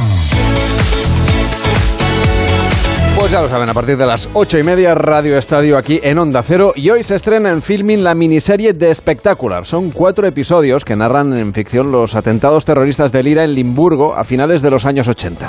Pues ya lo saben, a partir de las ocho y media, Radio Estadio aquí en Onda Cero. Y hoy se estrena en Filmin la miniserie The Spectacular. Son cuatro episodios que narran en ficción los atentados terroristas del IRA en Limburgo a finales de los años ochenta.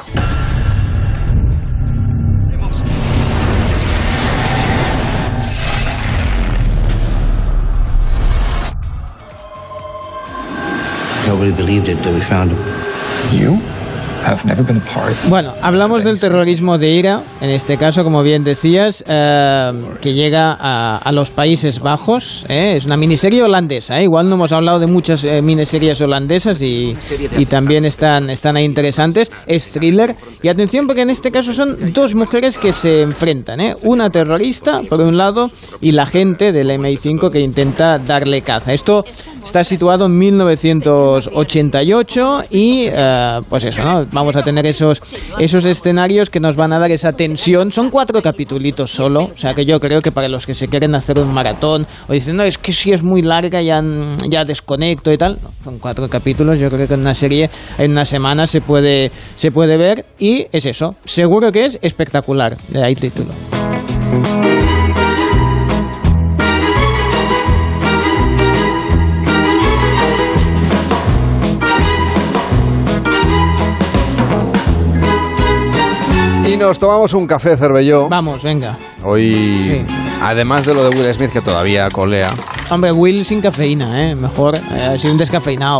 Nobody believed it, but we found him. You? Bueno, hablamos del terrorismo de IRA, en este caso, como bien decías, eh, que llega a, a los Países Bajos. ¿eh? Es una miniserie holandesa. ¿eh? Igual no hemos hablado de muchas eh, miniseries holandesas y, y también están, están ahí interesantes. Es thriller. Y atención, porque en este caso son dos mujeres que se enfrentan. ¿eh? Una terrorista, por un lado, y la gente del eme i cinco que intenta darle caza. Esto está situado en mil novecientos ochenta y ocho y, eh, pues eso, ¿no? Vamos a tener esos, esos escenarios que nos van a dar esa tensión. Son cuatro capitulitos solo, o sea que yo creo que para los que se quieren hacer un maratón o dicen, no, es que si es muy larga ya, ya desconecto y tal, no, son cuatro capítulos, yo creo que en una serie en una semana se puede, se puede ver y es eso, seguro que es espectacular, de ahí título. Y nos tomamos un café, Cervelló. Vamos, venga. Hoy, sí. Además de lo de Will Smith, que todavía colea. Hombre, Will sin cafeína, ¿eh? Mejor, eh, así un descafeinado.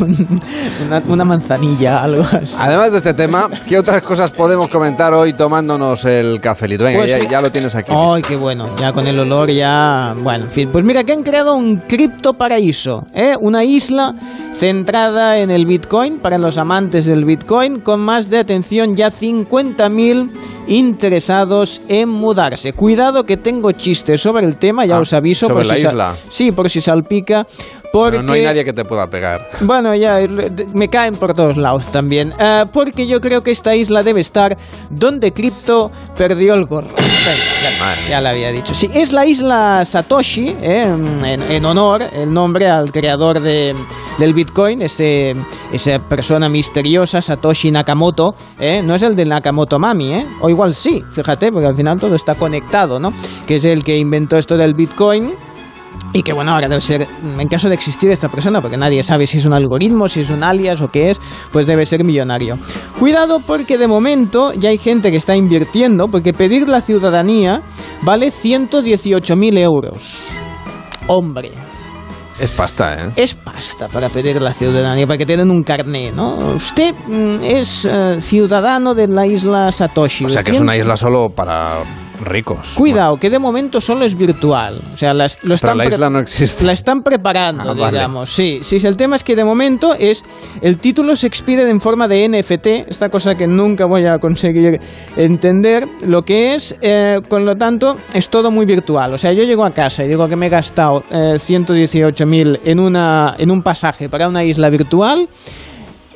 una, una manzanilla, algo así. Además de este tema, ¿qué otras cosas podemos comentar hoy tomándonos el cafelito? Venga, pues, ya, ya lo tienes aquí. ¡Ay, qué bueno! Ya con el olor, ya... Bueno, en fin. Pues mira, que han creado un criptoparaíso, ¿eh? Una isla centrada en el Bitcoin, para los amantes del Bitcoin, con más de, atención, ya cincuenta mil interesados en mudarse. Cuidado que tengo chistes sobre el tema, ya ah, os aviso. ¿Sobre por la si isla? Sí, por si salpica. Porque, Pero no hay nadie que te pueda pegar. Bueno, ya me caen por todos lados también. Uh, porque yo creo que esta isla debe estar donde Crypto perdió el gorro. Ya, ya lo había dicho. Sí, es la isla Satoshi, eh, en, en honor, el nombre al creador de, del Bitcoin, ese, esa persona misteriosa, Satoshi Nakamoto. Eh, no es el de Nakamoto Mami, eh, o igual sí, fíjate, porque al final todo está conectado, ¿no? Que es el que inventó esto del Bitcoin. Y que bueno, ahora debe ser, en caso de existir esta persona, porque nadie sabe si es un algoritmo, si es un alias o qué es, pues debe ser millonario. Cuidado, porque de momento ya hay gente que está invirtiendo, porque pedir la ciudadanía vale ciento dieciocho mil euros. Hombre. Es pasta, ¿eh? Es pasta para pedir la ciudadanía, para que tengan un carné, ¿no? Usted mm, es uh, ciudadano de la isla Satoshi. O sea, que es una isla solo para ricos. Cuidado, bueno, que de momento solo es virtual. O sea, la, lo están Pero la isla no existe. La están preparando, ah, digamos. Vale. Sí, sí, el tema es que de momento es el título se expide en forma de ene efe te, esta cosa que nunca voy a conseguir entender lo que es, eh, con lo tanto, es todo muy virtual. O sea, yo llego a casa y digo que me he gastado eh, ciento dieciocho mil en, una, en un pasaje para una isla virtual.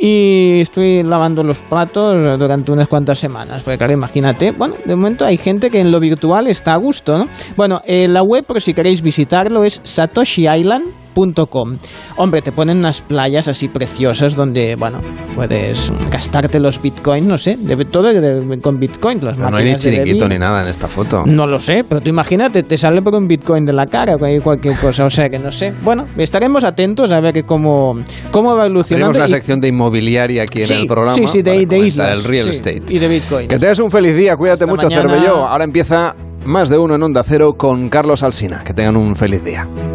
y estoy lavando los platos durante unas cuantas semanas, porque claro, imagínate, bueno, de momento hay gente que en lo virtual está a gusto, ¿no? Bueno, eh, la web, por si queréis visitarlo, es satoshi island punto com. Hombre, te ponen unas playas así preciosas donde, bueno, puedes gastarte los bitcoins, no sé, de todo de, de, con bitcoin, las no, no hay ni chiringuito ni nada en esta foto. No lo sé, pero tú imagínate, te sale por un bitcoin de la cara o cualquier cosa, o sea que no sé. Bueno, estaremos atentos a ver cómo, cómo va evolucionando. Tenemos una y... sección de inmobiliaria aquí sí, en el programa. Sí, sí, de, de islas. El real sí, estate. Y de bitcoin. Que tengas un feliz día, cuídate Hasta mucho, mañana. Cervelló. Ahora empieza Más de Uno en Onda Cero con Carlos Alsina. Que tengan un feliz día.